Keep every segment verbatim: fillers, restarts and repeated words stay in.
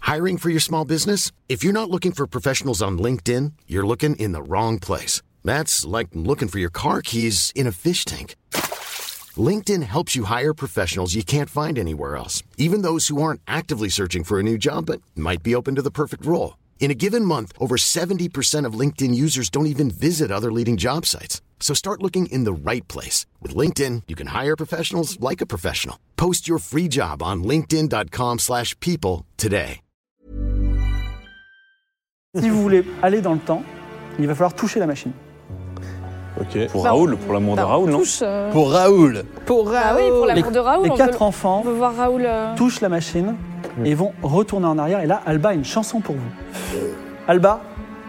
Hiring for your small business? If you're not looking for professionals on LinkedIn, you're looking in the wrong place. That's like looking for your car keys in a fish tank. LinkedIn helps you hire professionals you can't find anywhere else, even those who aren't actively searching for a new job but might be open to the perfect role. In a given month, over seventy percent of LinkedIn users don't even visit other leading job sites. So start looking in the right place. With LinkedIn, you can hire professionals like a professional. Post your free job on linkedin.com slash people today. Si vous voulez aller dans le temps, il va falloir toucher la machine. Ok. Pour Bah, Raoul, pour l'amour bah, de Raoul, non touche, euh... Pour Raoul. Pour Raoul. Ah oui, pour l'amour Les- de Raoul. Les on quatre veut, enfants on veut voir Raoul. Euh... touchent la machine et vont retourner en arrière. Et là, Alba a une chanson pour vous. Alba,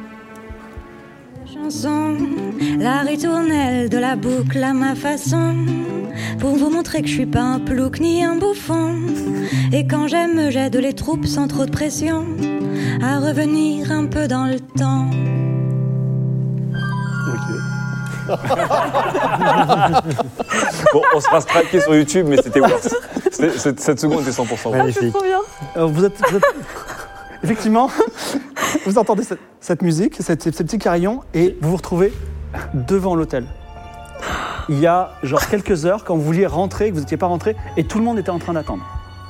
Chanson, la ritournelle de la boucle à ma façon, pour vous montrer que je suis pas un plouc ni un bouffon. Et quand j'aime, j'aide les troupes sans trop de pression à revenir un peu dans le temps. Bon, on sera striké sur YouTube, mais c'était worth. C'était- cette, cette seconde était cent pour cent. Ah, c'est trop bien. euh, vous êtes, vous êtes- effectivement, vous entendez cette, cette musique, cette- ces petits carillons, et vous vous retrouvez devant l'hôtel. Il y a genre quelques heures, quand vous vouliez rentrer, que vous n'étiez pas rentré, et tout le monde était en train d'attendre.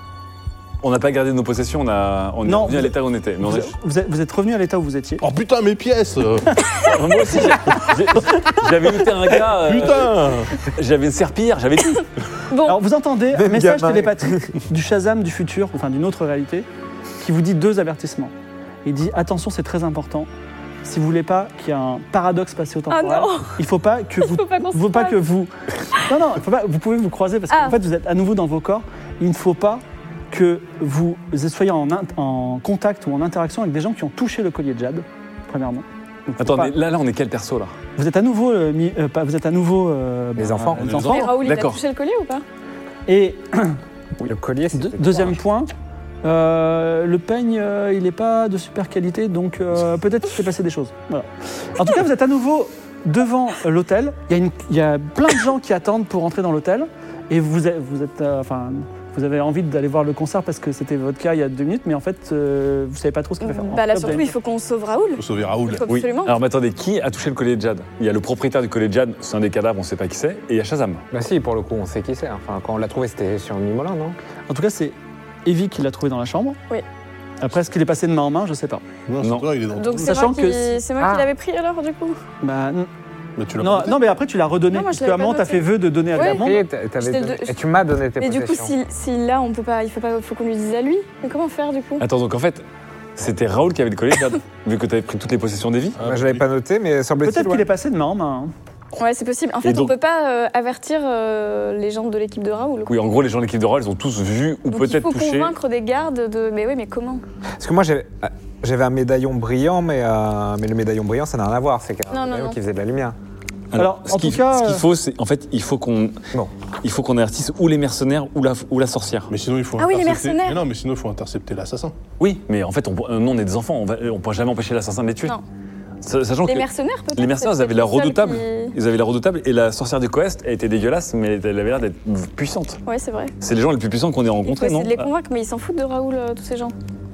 On n'a pas gardé nos possessions, on, a, on est Non, revenu à vous- l'état où on était. Mais on Vous, a- êtes- vous êtes, vous êtes revenu à l'état où vous étiez. Oh putain, mes pièces. euh. Moi aussi, j'ai- j'ai- j'avais looté un gars. euh, Putain. J'avais une serpillière, j'avais tout. Bon, Alors vous entendez un Même message gamin. télépathique du Shazam du futur, enfin d'une autre réalité, qui vous dit deux avertissements. Il dit attention, c'est très important. Si vous voulez pas qu'il y ait un paradoxe spatio-temporel, Ah non. il faut pas que vous, faut pas qu'on se faut pas croise. que vous, non non, il faut pas, vous pouvez vous croiser parce qu'en Ah. fait vous êtes à nouveau dans vos corps. Il ne faut pas que vous soyez en, in- en contact ou en interaction avec des gens qui ont touché le collier de jade, premièrement. Donc, faut Attends, pas- mais là, là, on est quel perso là? vous êtes à nouveau, euh, mis- euh, pas- vous êtes à nouveau euh, Les bah, enfants. les Les enfants. et Raoul, il a D'accord. touché le collier ou pas? Et Le collier, De- c'était deuxième point, euh, le peigne, euh, il n'est pas de super qualité, donc euh, peut-être qu'il s'est passé des choses. Voilà. En tout cas, vous êtes à nouveau devant euh, l'hôtel. Il y a une- il y a plein de gens qui attendent pour entrer dans l'hôtel. Et vous êtes, vous, êtes, euh, enfin, vous avez envie d'aller voir le concert parce que c'était votre cas il y a deux minutes, mais en fait, euh, vous ne savez pas trop ce qu'il va faire. Bah là, En tout cas, surtout, vous il avez- faut qu'on sauve Raoul. Faut sauver Raoul. Il faut Oui. absolument. Alors, mais attendez, qui a touché le collier de Jade? Il y a le propriétaire du collier de Jade, c'est un des cadavres, on ne sait pas qui c'est, et il y a Shazam. Bah si, pour le coup, on sait qui c'est. Enfin, quand on l'a trouvé, c'était sur Mimolin, non? En tout cas, c'est Evie qui l'a trouvé dans la chambre. Oui. Après, ce qu'il est passé de main en main, je ne sais pas. Non, Non. c'est toi, il est dans Donc ton- c'est Sachant moi, qui... que si- c'est moi Ah. qui l'avais pris alors, du coup. Bah, n- Mais tu l'as non, pas non, mais après, tu l'as redonné. Non, moi, je parce qu'à l'avais un pas moment, tu as noté. fait vœu de donner à Oui. la bande. Et, t'avais C'était donné- le- et tu m'as donné tes Mais du coup, possessions. s'il s'il l'a, on peut pas. Il faut pas. Faut qu'on lui dise à lui. Mais comment faire du coup? Attends, donc en fait, c'était Raoul qui avait le collier de Jade, vu que tu avais pris toutes les possessions d'Evie. Ah, Bah, je l'avais pas noté, mais semble-t-il. Peut-être qu'il ouais. est passé de main en main. hein. Ouais, c'est possible. En fait, donc- on peut pas euh, avertir euh, les gens de l'équipe de Raoul. quoi. Oui, en gros, les gens de l'équipe de Raoul, ils ont tous vu ou Donc il peut-être faut touché. convaincre des gardes de. Mais oui, mais comment? Parce que moi, j'avais j'avais un médaillon brillant, mais, euh, mais le médaillon brillant, ça n'a rien à voir. C'est Non, un non, médaillon non. qui faisait de la lumière. Alors, ce en qu'il- tout cas, ce qu'il euh, faut, c'est en fait, il faut qu'on, Bon. il faut qu'on avertisse ou les mercenaires ou la, ou la sorcière. Mais sinon, il faut Ah oui, les intercepter- mercenaires. Mais non, mais sinon, il faut intercepter l'assassin. Oui, mais en fait, on, euh, nous, on est des enfants, on va, on pourra jamais empêcher l'assassin de les tuer. Non. Sa- Sachant Les que mercenaires peut-être. les mercenaires, ils c'est avaient la peut-être les seuls redoutable. qui- Ils avaient la redoutable et la sorcière du Coest, elle était dégueulasse, mais elle avait l'air d'être puissante. Ouais, c'est vrai. C'est les gens les plus puissants qu'on ait Il faut rencontrés, essayer non de les convaincre, mais ils s'en foutent de Raoul, euh, tous ces gens.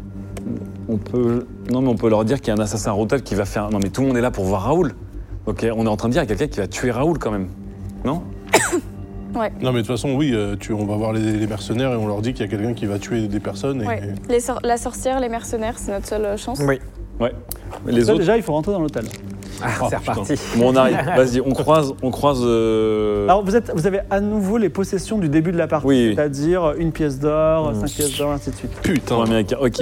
On peut, non, mais on peut leur dire qu'il y a un assassin redoutable qui va faire. Non, mais tout le monde est là pour voir Raoul. Donc on est en train de dire qu'il y a quelqu'un qui va tuer Raoul quand même, non? Non, mais de toute façon, oui, euh, tu, on va voir les, les mercenaires et on leur dit qu'il y a quelqu'un qui va tuer des personnes. Et, Ouais. Les sor- la sorcière, les mercenaires, c'est notre seule chance. Oui. Ouais. Les ça, autres. déjà, il faut rentrer dans l'hôtel. Ah, Oh, c'est putain. reparti. Bon, on arrive. Vas-y, on croise, on croise. euh, Alors, vous, êtes, vous avez à nouveau les possessions du début de la partie, Oui. c'est-à-dire une pièce d'or, Mmh. cinq pièces d'or, ainsi de suite. Putain. Pour américain. Ok,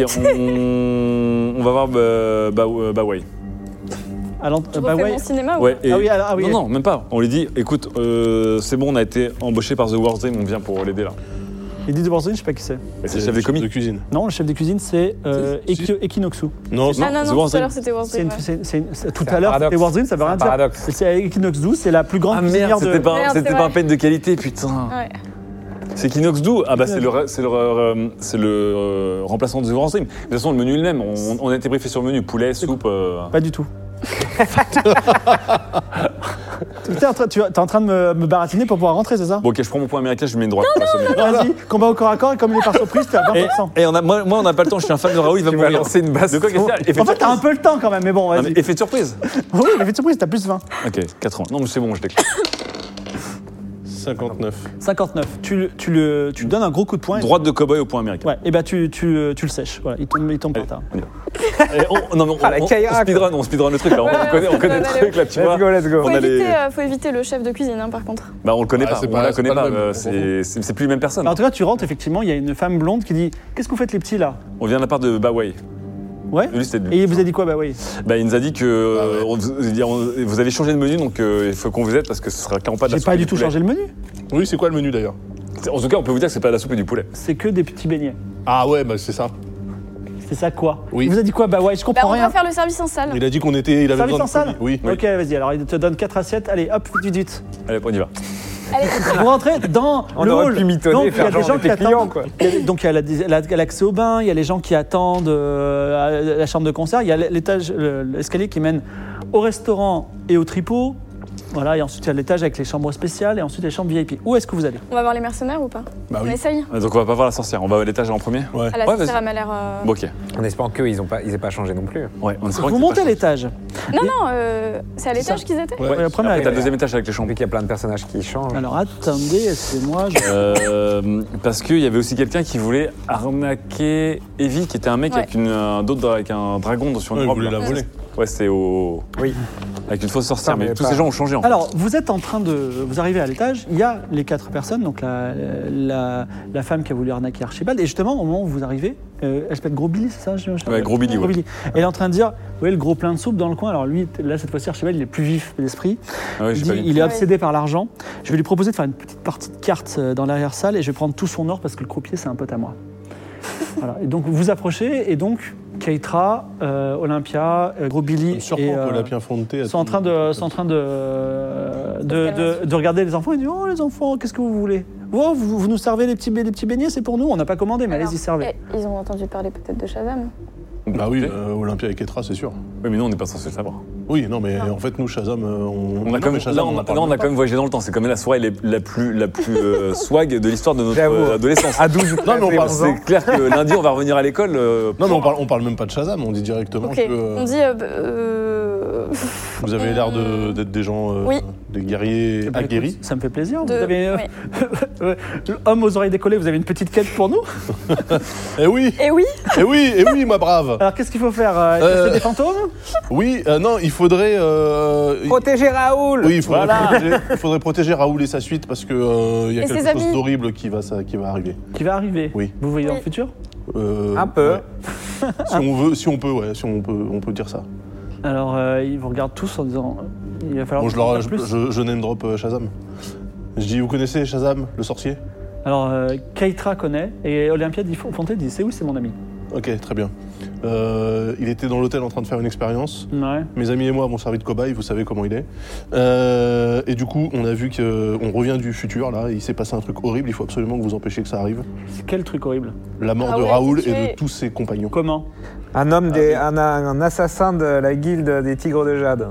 on, on va voir bah, bah, euh, Bawai. À l'ent- Je euh, bah refais ouais. mon cinéma ou Ouais. pas et- Ah oui, alors- ah oui. Non, non, même pas. On lui dit, écoute, euh, c'est bon, on a été embauché par The War Dream, on vient pour l'aider là. Il dit de Warzone, je sais pas qui c'est. Et c'est le chef des commis. de cuisine. Non, le chef des cuisines, c'est euh, Si, si. Equi- Equinoxu. Non, Ah c'est- non, The non, tout à Warzone. l'heure c'était C'est Warzone. une- ouais. c'est- c'est une- c'est- tout C'est à un l'heure, paradoxe. c'était Warzone, ça veut C'est rien un dire. paradoxe. C'est Equinoxu, c'est la plus grande Ah cuisinière merde, de... c'était pas, Merde, c'était c'est pas un vrai. peine de qualité, putain. Ouais. C'est Kinox Doo. Ah bah c'est le, c'est le, euh, c'est le euh, remplaçant de The War Dream. De toute façon, le menu est le même. On, on a été briefé sur le menu poulet, soupe. euh, Pas du tout. T'es en train, tu es en train de me, me baratiner pour pouvoir rentrer, c'est ça? Bon, ok, je prends mon point américain, je mets une droite. pour la sommer. Vas-y, combat au corps à corps et comme il est par surprise, t'es à vingt Et, pour cent. et on a, moi, moi, on n'a pas le temps, je suis un fan de Raoul, il va Tu vas mourir. lancer une baston. De quoi qu'est-ce qu'il y a Effet En de fait, t'as un surprise. peu le temps quand même, mais bon, Non, vas-y. mais effet de surprise. Oui, l'effet de surprise, t'as plus vingt. Ok, quatre-vingts. Non, mais c'est bon, je déclare. cinquanteneuf. cinquante-neuf. Tu, le- tu, le, tu lui donnes un gros coup de poing. et- Droite de cow-boy au point américain. Ouais, et bah tu, tu, tu le sèches. Voilà, il tombe, il tombe par terre. Et on, non, mais on, Ah, la on- on Kaira, speedrun, on speedrun le truc là. On, Ouais, on connaît, on ouais, connaît le ouais, truc là, tu vois. Let's go, let's go. Faut, On a éviter, les- euh, faut éviter le chef de cuisine, hein, par contre. Bah, on le connaît Ah, pas. c'est On pas- la c'est connaît pas pas. le même, euh, on C'est c'est- c'est plus les mêmes personnes. Alors, en tout cas, tu rentres, effectivement, il y a une femme blonde qui dit qu'est-ce que vous faites les petits là? On vient de la part de Bawai. Ouais. Lui, c'était Et il vous a dit quoi? Bah oui. Bah, il nous a dit que Ah euh, on- on- vous avez changé de menu, donc euh, il faut qu'on vous aide parce que ce sera clairement pas de la J'ai soupe pas et du du tout poulet. changé le menu. Oui, c'est quoi le menu d'ailleurs? En tout cas, on peut vous dire que c'est pas de la soupe et du poulet. C'est que des petits beignets. Ah ouais, bah c'est ça. C'est ça quoi? Oui. Il vous a dit quoi? Bah ouais, je Bah, comprends on rien. va faire le service en salle. Il a dit qu'on était. Il avait Service besoin en de salle? commis. Oui. Ok, vas-y, alors il te donne quatre assiettes. Allez, hop, vite, vite, vite. Allez, on y va. Allez, Vous rentrez dans On le aurait hall. pu mitonner Donc, et il y a faire des genre gens on qui était clients, attendent. quoi. Il y a- Donc il y a la- la- l'accès au bain, il y a les gens qui attendent euh, à la chambre de concert, il y a l'étage, le- l'escalier qui mène au restaurant et au tripot. Voilà, et ensuite il y a l'étage avec les chambres spéciales et ensuite les chambres V I P. Où est-ce que vous allez? on va voir les mercenaires ou pas? Bah On oui. essaye. Euh, Donc on va pas voir la sorcière, on va à l'étage en premier. Ouais. Ah, la Ouais, sorcière, vas-y. elle m'a l'air. euh, Bon, ok. En espérant qu'eux, ils n'aient pas, ils aient pas changé non plus. Ouais, on espère Vous que montez à c'est pas l'étage. Non, non, euh, c'est à C'est l'étage ça. qu'ils étaient. Ouais. Ouais, le premier Après, t'as le arrivé. deuxième étage avec les chambres. Vu qu'il y a plein de personnages qui changent. Alors attendez, excusez-moi. Je... Euh, parce qu'il y avait aussi quelqu'un qui voulait arnaquer Evie, qui était un mec Ouais. avec, une, un, d'autre dra- avec un dragon sur une Ouais, il robe. voulait là. la voler. Ouais, c'est au. Oui. Avec une fausse sorcière, Ça, mais mais tous pas- ces gens ont changé en fait. Alors, vous êtes en train de... Vous arrivez à l'étage, il y a les quatre personnes, donc la, la, la femme qui a voulu arnaquer Archibald, et justement, au moment où vous arrivez, euh, elle s'appelle Gros Billy, c'est ça? je- je- Ouais, Gros Billy, ouais. Elle est en train de dire, vous voyez le gros plein de soupe dans le coin, alors lui, là, cette fois-ci, Archibald, il est plus vif d'esprit. Ah ouais, Il, j'ai dit, pas vu. il est Ouais. obsédé par l'argent. Je vais lui proposer de faire une petite partie de cartes euh, dans l'arrière-salle, et je vais prendre tout son or, parce que le croupier, c'est un pote à moi. Voilà. Et donc, vous vous approchez, et donc, Keitra, euh, Olympia, euh, Gros Billy Me surprend et... que euh, Lapien Fonté a sont en tout- train de, sont en train de, de, de, de regarder les enfants et de dire oh les enfants qu'est-ce que vous voulez oh, vous, vous nous servez les petits, les petits beignets c'est pour nous on n'a pas commandé mais Alors, allez-y servez. eh, ils ont entendu parler peut-être de Shazam. Bah oui, euh, Olympia et Ketra, c'est sûr. Oui, mais nous, on n'est pas censé le savoir. Oui, non, mais en fait, nous, Shazam, euh, on. On non, a quand mais même, Shazam, là, on, en a- parle là, on a même quand même voyagé dans le temps. C'est quand même la soirée les- la plus, la plus euh, swag de l'histoire de notre J'avoue. euh, adolescence. À douze, Non, mais on treize et parle- onze ans. C'est clair que lundi, on va revenir à l'école. euh, pas. Non, mais on parle, on parle même pas de Shazam, on dit directement Ok, que euh, on dit. euh, bah, euh, vous avez l'air de- d'être des gens, euh, Oui. des guerriers Eh ben, aguerris. écoute, ça me fait plaisir. de- Vous avez euh, oui. homme aux oreilles décollées vous avez une petite quête pour nous. Eh oui, Et oui, eh oui, eh oui, ma brave. Alors qu'est-ce qu'il faut faire euh, Euh, tester des fantômes. Oui, euh, non, il faudrait. euh, il- Protéger Raoul. Oui, il faudrait, Voilà. protéger, il faudrait protéger Raoul et sa suite parce que euh, il y a Et quelque ses chose amis. d'horrible qui va, ça, qui va arriver. Qui va arriver. Oui. Vous voyez dans Oui. le futur. Euh, Un peu. ouais. si on veut, si on peut, ouais, si on peut, on peut dire ça. Alors euh, ils vous regardent tous en disant il va falloir Bon, je, vous en leur, dire je, plus. je, je name drop euh, Shazam. Je dis, vous connaissez Shazam, le sorcier? Alors euh, Keitra connaît et Olympia dit Fonté dit c'est oui c'est mon ami. Ok, très bien. Euh, il était dans l'hôtel en train de faire une expérience. Ouais. Mes amis et moi avons servi de cobaye, vous savez comment il est. Euh, et du coup, on a vu qu'on revient du futur, là. Il s'est passé un truc horrible, il faut absolument que vous empêchiez que ça arrive. Quel truc horrible. La mort Ah de ouais, Raoul qui et tuait- de tous ses compagnons. Comment? Un homme, Ah, des, oui. un, un assassin de la guilde des Tigres de Jade.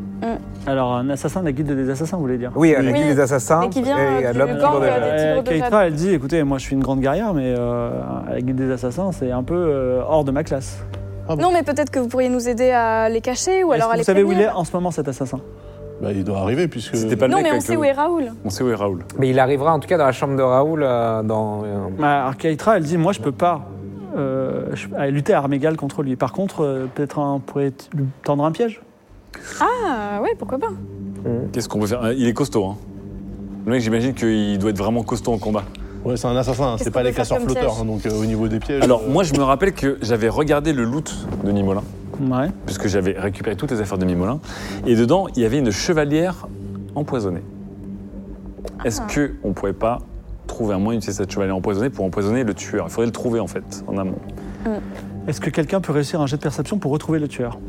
Alors un assassin de la guilde des assassins vous voulez dire. Oui, la Oui. guilde des assassins Et qui vient, et euh, du l'homme gang, Tigre de euh, Jade. des Tigres de Keitra, elle dit écoutez, moi je suis une grande guerrière, mais euh, la guilde des assassins, c'est un peu euh, hors de ma classe. non, mais peut-être que vous pourriez nous aider à les cacher ou Est-ce alors que à les vous savez où il est prévenir. en ce moment cet assassin? Bah, il doit arriver, puisque... C'était pas le Non, mec mais on avec sait le- où est Raoul. On sait où est Raoul. Mais il arrivera en tout cas dans la chambre de Raoul euh, dans... euh, Bah, alors Keitra, elle dit moi je peux pas euh, je- à lutter à armes égales contre lui. Par contre, euh, peut-être un pourrait t- lui tendre un piège. Ah, ouais, pourquoi pas. Qu'est-ce qu'on peut faire? Il est costaud, hein. Le mec, j'imagine qu'il doit être vraiment costaud en combat. Ouais, c'est un assassin, Qu'est-ce c'est qu'on pas peut les faire casseurs comme flotteurs, piège hein, donc euh, au niveau des pièges... Alors, euh, moi, je me rappelle que j'avais regardé le loot de Mimolin, Ouais. puisque j'avais récupéré toutes les affaires de Mimolin, et dedans, il y avait une chevalière empoisonnée. Est-ce Ah. que on pourrait pas trouver un moyen d'utiliser cette chevalière empoisonnée pour empoisonner le tueur? Il faudrait le trouver, en fait, en amont. Est-ce que quelqu'un peut réussir un jet de perception pour retrouver le tueur?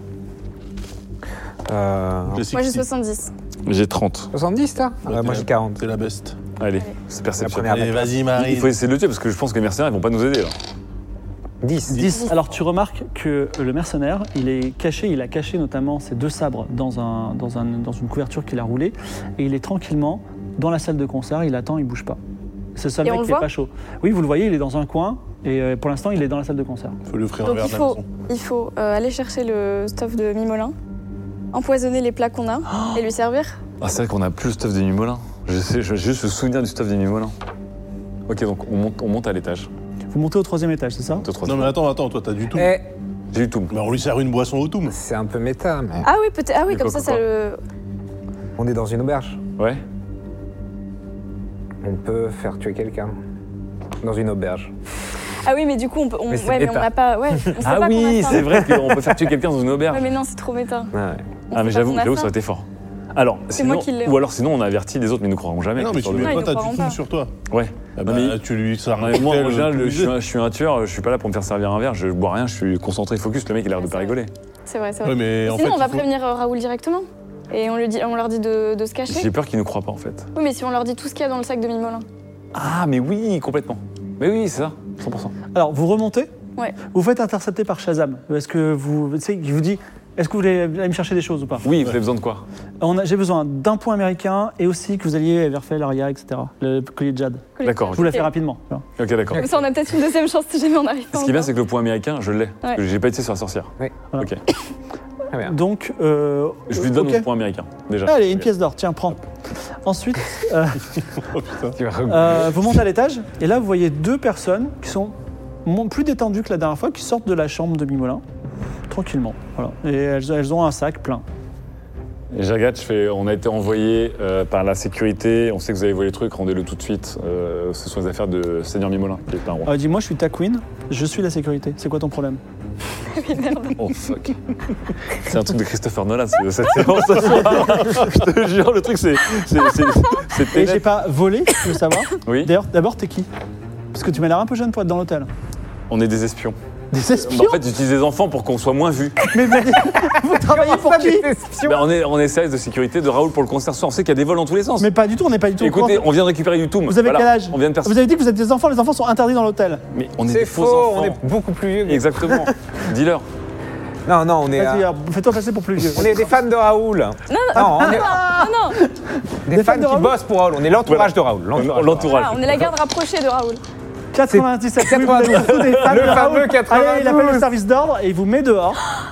euh, j'ai Moi, j'ai sixty. soixante-dix. J'ai trente. soixante-dix, toi Ouais, Ouais, Moi t'es j'ai la- quarante. C'est la best. Allez, Allez. c'est perception. La première. Allez, vas-y, Marie. Il faut essayer de le tuer, parce que je pense que les mercenaires, ils vont pas nous aider, là. dix. dix. Alors tu remarques que le mercenaire, il est caché, il a caché notamment ses deux sabres dans, un, dans, un, dans une couverture qu'il a roulée, et il est tranquillement dans la salle de concert, il attend, il bouge pas. C'est le seul Et mec on qui le est voit pas chaud. Oui, vous le voyez, il est dans un coin, et euh, pour l'instant, il est dans la salle de concert. Il faut lui offrir un Donc verre il de la faut, maison. il faut euh, aller chercher le stuff de Mimolin, empoisonner les plats qu'on a et lui servir. Ah, c'est vrai qu'on a plus le stuff des Mimolins. Je sais, j'ai juste le souvenir du stuff des Mimolins. Ok, donc on monte, on monte à l'étage. Vous montez au troisième étage, c'est ça? Deux, trois, Non mais trois. attends, attends, toi t'as du tout. Eh, J'ai eu tout. Mais on lui sert une boisson au toum. c'est un peu méta, mais Ah oui, peut-être. Ah oui, Mais comme quoi, ça, quoi, ça le. on est dans une auberge. Ouais. On peut faire tuer quelqu'un. Dans une auberge. Ah oui, mais du coup, on peut. On... Mais c'est Ouais, mais on méta. n'a pas. Ouais. On sait Ah pas qu'on a oui, ça. c'est vrai qu'on peut faire tuer quelqu'un dans une auberge. Ouais, mais non, c'est trop méta. Ouais. On Ah, mais sait pas j'avoue, qu'on a j'avoue, ça. ça aurait été fort. Alors, C'est sinon, moi qui l'ai. ou alors sinon on a averti les autres, mais ils ne croiront jamais. Mais non mais Sur tu le- lui Non, toi ils t'as ne du croiront toum pas. sur toi. Ouais. Ah Non, bah, mais- tu lui sers un Non, mais moi, en cocktail, général, tout je suis, léger. un, je suis un tueur, je suis pas là pour me faire servir un verre, je bois rien, je suis concentré, focus. Le mec, il a l'air de Ouais, pas c'est vrai. rigoler. C'est vrai, c'est vrai. Ouais mais en Sinon, fait, on va il faut- prévenir euh, Raoul directement. Et on, lui dit, on leur dit de, de se cacher. J'ai peur qu'il ne croit pas en fait. Oui, mais si on leur dit tout ce qu'il y a dans le sac de Mimolin. Ah, mais oui, complètement. Mais oui, c'est ça, cent pour cent. Alors, vous remontez, Ouais. vous faites intercepter par Shazam. Est-ce que vous, tu sais, il vous dit, est-ce que vous voulez aller me chercher des choses ou pas? Oui, vous avez besoin de quoi? On a- J'ai besoin d'un point américain et aussi que vous alliez vers Laria, et cetera. Le collier de Jade. D'accord, Je vous la Ok. fais rapidement. tu vois. Ok, d'accord. Comme ça, on a peut-être une deuxième chance si jamais on arrive pas. Ce qui est bien, encore. c'est que le point américain, je l'ai. Parce que Ouais. j'ai pas été sur la sorcière. Oui. Voilà. Ok. Très bien. Donc, euh, Je lui donne ok. mon point américain, déjà. Allez, une pièce d'or, tiens, prends. Ensuite, euh, Oh putain. Tu vas euh, vous montez à l'étage et là, vous voyez deux personnes qui sont mon- plus détendues que la dernière fois, qui sortent de la chambre de Mimolin, tranquillement. Voilà. Et elles, elles ont un sac plein. Et je regarde, je fais, on a été envoyé euh, par la sécurité, on sait que vous avez volé le truc, rendez-le tout de suite. Euh, ce sont les affaires de Seigneur Mimolin, qui est un roi. Euh, Dis-moi, je suis ta queen, je suis la sécurité. C'est quoi ton problème? Oh fuck. C'est un truc de Christopher Nolan, ce- cette séance ce soir. Je te jure, le truc, c'est. c'est- c'est- c'est Et Tenet. j'ai pas volé, tu veux savoir? Oui, D'ailleurs, d'abord, t'es qui? Parce que tu m'as l'air un peu jeune pour être dans l'hôtel. on est des espions. Des Bah, espions? en fait, j'utilise des enfants pour qu'on soit moins vus. Mais, mais- vous travaillez pour qui? Bah, on, est, on est service de sécurité de Raoul pour le concert ce soir. On sait qu'il y a des vols dans tous les sens. Mais pas du tout, on n'est pas du tout au Écoutez, courant. on vient de récupérer du Toum. Vous avez Voilà, quel âge? On vient de percer. Vous avez dit que vous êtes des enfants, les enfants sont interdits dans l'hôtel. Mais on est, C'est des faux faux, enfants. on est beaucoup plus vieux. que- Exactement. Dis-leur. Non, non, on est, Vas-y, euh, alors, fais-toi passer pour plus vieux. on est des fans de Raoul. Non, Non, on est non, non. des, Des fans fans de qui Raoul bossent pour Raoul. On est l'entourage de Raoul. L'entourage. L'entourage. Ah, on est la garde rapprochée de Raoul. quatre-vingt-dix-sept, oui, vous êtes tous des fans Le de fameux Raoul. Allez, il quatre-vingt-douze. appelle le service d'ordre et il vous met dehors.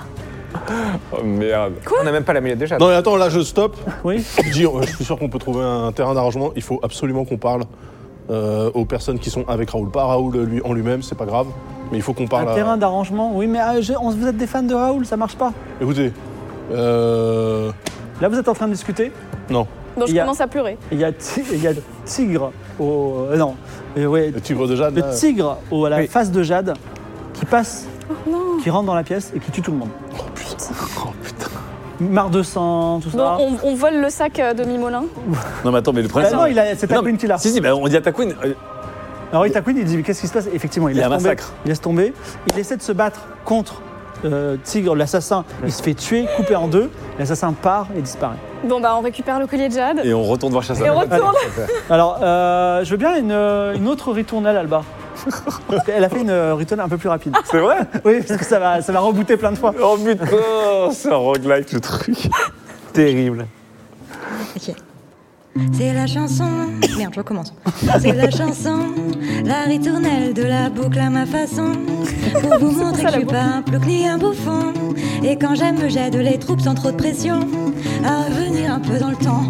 Oh merde. On n'a même pas la minute déjà. Non mais attends, là je stoppe. Oui. Je dis, euh, je suis sûr qu'on peut trouver un terrain d'arrangement. Il faut absolument qu'on parle euh, aux personnes qui sont avec Raoul. Pas Raoul lui, en lui-même, c'est pas grave. Mais il faut qu'on parle Un à... terrain d'arrangement, oui, mais euh, je- on- vous êtes des fans de Raoul, ça marche pas. Écoutez, euh... Là, vous êtes en train de discuter. non, Donc je Il y a- commence à pleurer. et Il y a, Ti- il y a Tigre au. euh, non. Euh, ouais, le tigre de Jade, le là... tigre au, à la Oui. face de Jade qui passe, Non. qui rentre dans la pièce et qui tue tout le monde. Oh putain, oh putain. Marre de sang, tout Bon, ça. on, on vole le sac euh, de Mimolin. Non, mais attends, mais le problème. Ah non, il a- c'est ta Non, queen mais- qui l'a. Si, si, bah, on dit à ta queen. euh, Alors oui, ta queen, il dit mais qu'est-ce qui se passe? Effectivement, il, Il y a laisse un tomber. massacre. Il laisse tomber. Il essaie de se battre contre euh, Tigre, l'assassin. Il se fait tuer, coupé en deux. L'assassin part et disparaît. Bon, bah, on récupère le collier de Jade. Et on retourne voir Shazam. Et on retourne. Alors, euh, je veux bien une, euh, une autre ritournelle, Alba. Parce qu'elle a fait une euh, ritournelle un peu plus rapide. C'est vrai? Oui, parce que ça va, ça va rebooter plein de fois. Oh putain, c'est un roguelike le truc. Terrible. Ok. C'est la chanson. Merde, je recommence. C'est la chanson, la ritournelle de la boucle à ma façon. Pour vous montrer que je suis pas un plouc ni un bouffon. Et quand j'aime, j'aide les troupes sans trop de pression à revenir un peu dans le temps.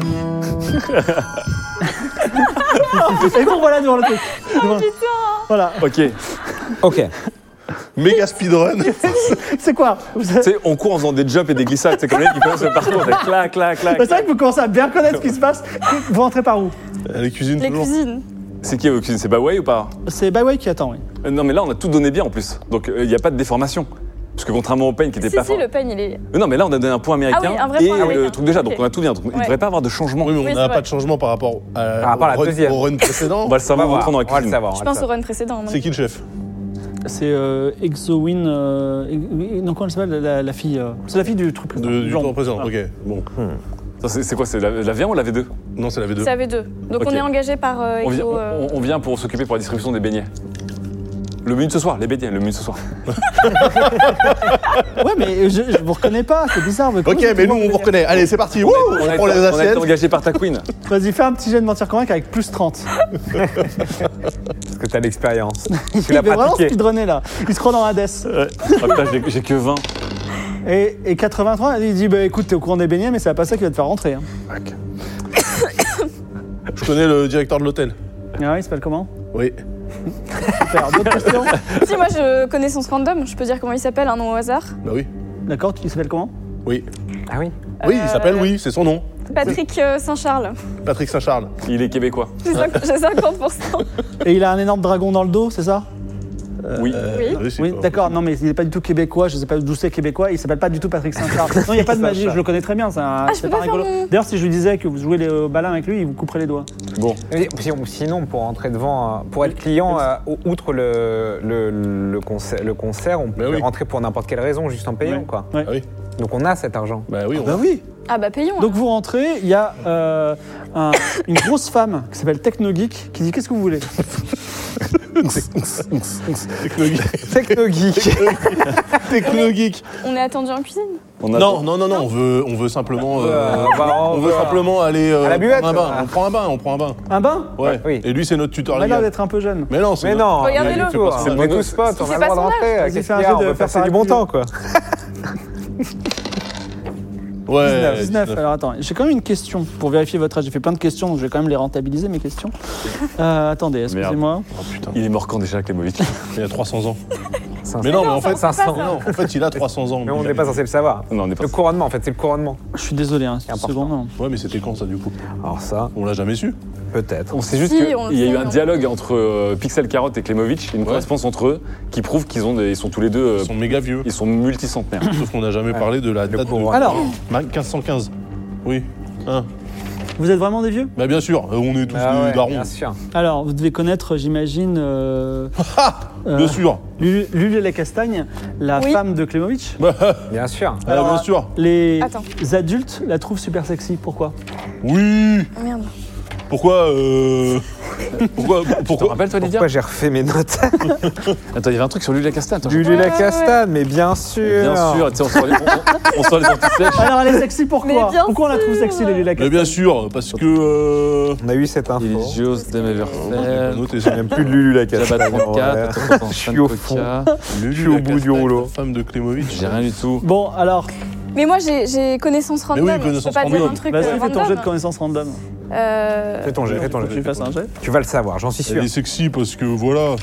Et bon, voilà devant le truc. Devant- Voilà. Ok. Tu Ok. Méga speedrun. C'est quoi? Vous êtes- sais, on court en faisant des jumps et des glissades. C'est comme les mecs qui connaissent le parcours. C'est clac, clac, clac. C'est vrai que vous commencez à bien connaître ce qui se passe. Vous rentrez par où? Les cuisines Les toujours. cuisines. C'est qui votre cuisine? C'est Baway ou pas? C'est Byway qui attend, oui. Euh, Non, mais là, on a tout donné bien en plus. Donc, il n'y a pas de déformation. Parce que contrairement au peigne qui était Si, pas si, fort. le peigne, il est. Mais non, mais là, on a donné un point américain Ah oui, un vrai et point le américain. truc déjà. Donc, Ok. on a tout bien. Donc, il ne Ouais. devrait pas avoir de changement. Oui, mais on Oui, n'a c'est pas vrai. de changement par rapport, à, Par rapport à la au, run, deuxième. au run précédent. On va le On savoir va en entrant dans la voir. On va le cuisine. savoir. on Je va pense le au savoir. run précédent. non C'est qui le chef? C'est euh, Exowin. Euh, non, comment elle s'appelle la, la fille euh, C'est la fille du truc. De- du blonde. tour précédent, Ah. ok. Bon. Ça, C'est c'est quoi? C'est la, la V un ou la V deux? Non, c'est la V deux. C'est A V deux. Donc Ok. on est engagé par euh, on, vient, Exo. euh, on- on vient pour s'occuper pour la distribution des beignets. Le menu de ce soir, les beignets, le menu de ce soir. Ouais, mais je, je vous reconnais pas, c'est bizarre. mais comment Ok, c'est mais tout nous, le on vous monde reconnaît. Allez, c'est parti. Wouh, on a prend été- les on a été assiettes. engagé par ta queen. Vas-y, fais un petit jet de mentir convaincre avec plus trente. Parce que t'as l'expérience. Il Tu l'as veut vraiment pratiqué. speedrunner là. Il se croit dans Hades. Ah, putain, j'ai- j'ai que vingt. Et, et quatre-vingt-trois, il dit bah écoute, t'es au courant des beignets, mais c'est pas ça qui va te faire rentrer. Hein. Je connais le directeur de l'hôtel. Ah, il s'appelle comment? Oui. Super. D'autres questions? Si, moi je connais son random, je peux dire comment il s'appelle, un nom au hasard. Bah oui. D'accord, il s'appelle comment? Oui. Ah oui. Oui, il Euh, s'appelle, oui, c'est son nom. Patrick euh, Saint-Charles. Patrick Saint-Charles. Il est québécois. J'ai cinq- j'ai cinquante pour cent. Et il a un énorme dragon dans le dos, c'est ça? Oui. Oui. Oui, c'est Oui, quoi. d'accord, non mais il n'est pas du tout québécois, je sais pas d'où c'est québécois, il s'appelle pas du tout Patrick Saint-Charles. Non, il n'y a pas de magie, je le connais très bien, c'est un- Ah, je c'est peux pas pas faire rigolo. mon- D'ailleurs, si je lui disais que vous jouez les euh, balins avec lui, il vous couperait les doigts. Bon. Et si- Sinon, pour entrer devant, euh, pour être client, euh, outre le, le, le concert, le concert, on peut Bah oui. rentrer pour n'importe quelle raison, juste en payant, Ouais. quoi. Ouais. Ah oui. Donc on a cet argent. Bah oui, on Bah oui. Ah bah payons. Donc vous rentrez, il y a euh, un- une grosse femme qui s'appelle Technogeek qui dit qu'est-ce que vous voulez? Technogeek. Technogeek. Technogeek. On est attendu en cuisine. On a- Non, non, non, non, on veut, on veut simplement. euh, Euh, bah, on veut simplement aller. euh, à la buvette. prendre un bain. Ah. On prend un bain, on prend un bain. Un bain? Ouais. Oui. Et lui, c'est notre On tuteur a l'air légal. d'être un peu jeune. Mais non, c'est Mais notre- non, Regardez-le. il fait pas ça. C'est On le est bon- tous potes, il on fait a le pas droit son d'entrer. Vas-y, Qu'est-ce fais un qu'il y jet a On de peut faire passer du paraître bon vieux. temps, quoi. Ouais. dix-neuf. Alors attends, j'ai quand même une question pour vérifier votre âge. J'ai fait plein de questions, donc je vais quand même les rentabiliser mes questions. Euh, attendez, excusez-moi. Oh putain, Il est mort quand déjà, Klemovic? il a trois cents ans. cinq cents. Mais non, mais en fait, cinq cents. non, en fait, il a trois cents ans. Mais on n'est pas censé le savoir. Non, on n'est pas. Le couronnement, en fait, c'est le couronnement. Je suis désolé, hein, c'est une important. seconde. non. Ouais, mais c'était quand ça du coup? Alors ça, On l'a jamais su. peut-être. On sait juste Si, qu'il on le y a sait, eu un on- dialogue entre euh, Pixel Carotte et Klemovic, une correspondance entre eux, qui prouve qu'ils ont des- ils sont tous les deux. euh, Ils sont méga vieux. ils sont multicentenaires. Sauf qu'on n'a jamais parlé de la Le date de couronnement. Alors, quinze cent quinze. Oui. Hein. vous êtes vraiment des vieux? Bah bien sûr, euh, on est tous Ah des ouais, darons. bien sûr. Alors, vous devez connaître, j'imagine, euh, euh, Bien sûr. Lulu Lulu la Castagne, la Oui. femme de Klemovic. Bah, Bien sûr. ah, Alors, bien sûr. Les Attends. adultes la trouvent super sexy. Pourquoi? Oui. Oh, merde. Pourquoi euh... Pourquoi Tu te Pourquoi rappelles, toi, Lydia? Pourquoi j'ai refait mes notes Attends, il y avait un truc sur Lulu la Castagne. attends, je- Lulu la ouais, ouais. Castane, mais bien sûr. Bien sûr, tu sais, on sort les, on, on sort les anti-sèches. Alors, elle est sexy pourquoi? Mais bien Pourquoi on la trouve sûr. sexy, Lulu la Mais Castagne? bien sûr, parce que. Euh... On a eu cette info. Iligios de j'ai pas Meverfeld. noté ça. Même plus de Lulu la Jabba Castane. trente-quatre, Je suis au fond. Lulu, Je suis au la bout du Castagne, rouleau. la femme de Klemovic. J'ai rien du tout. Bon, alors, Mais moi j'ai j'ai connaissance random. oui, je peux connaissance pas dire random. un truc vas-y, euh, fais ton random. jet de connaissance random. Euh, Fais ton jet, fais ton Faut que tu jet. fasses un jet. Tu vas le savoir, j'en suis sûr. Elle est sexy parce que voilà.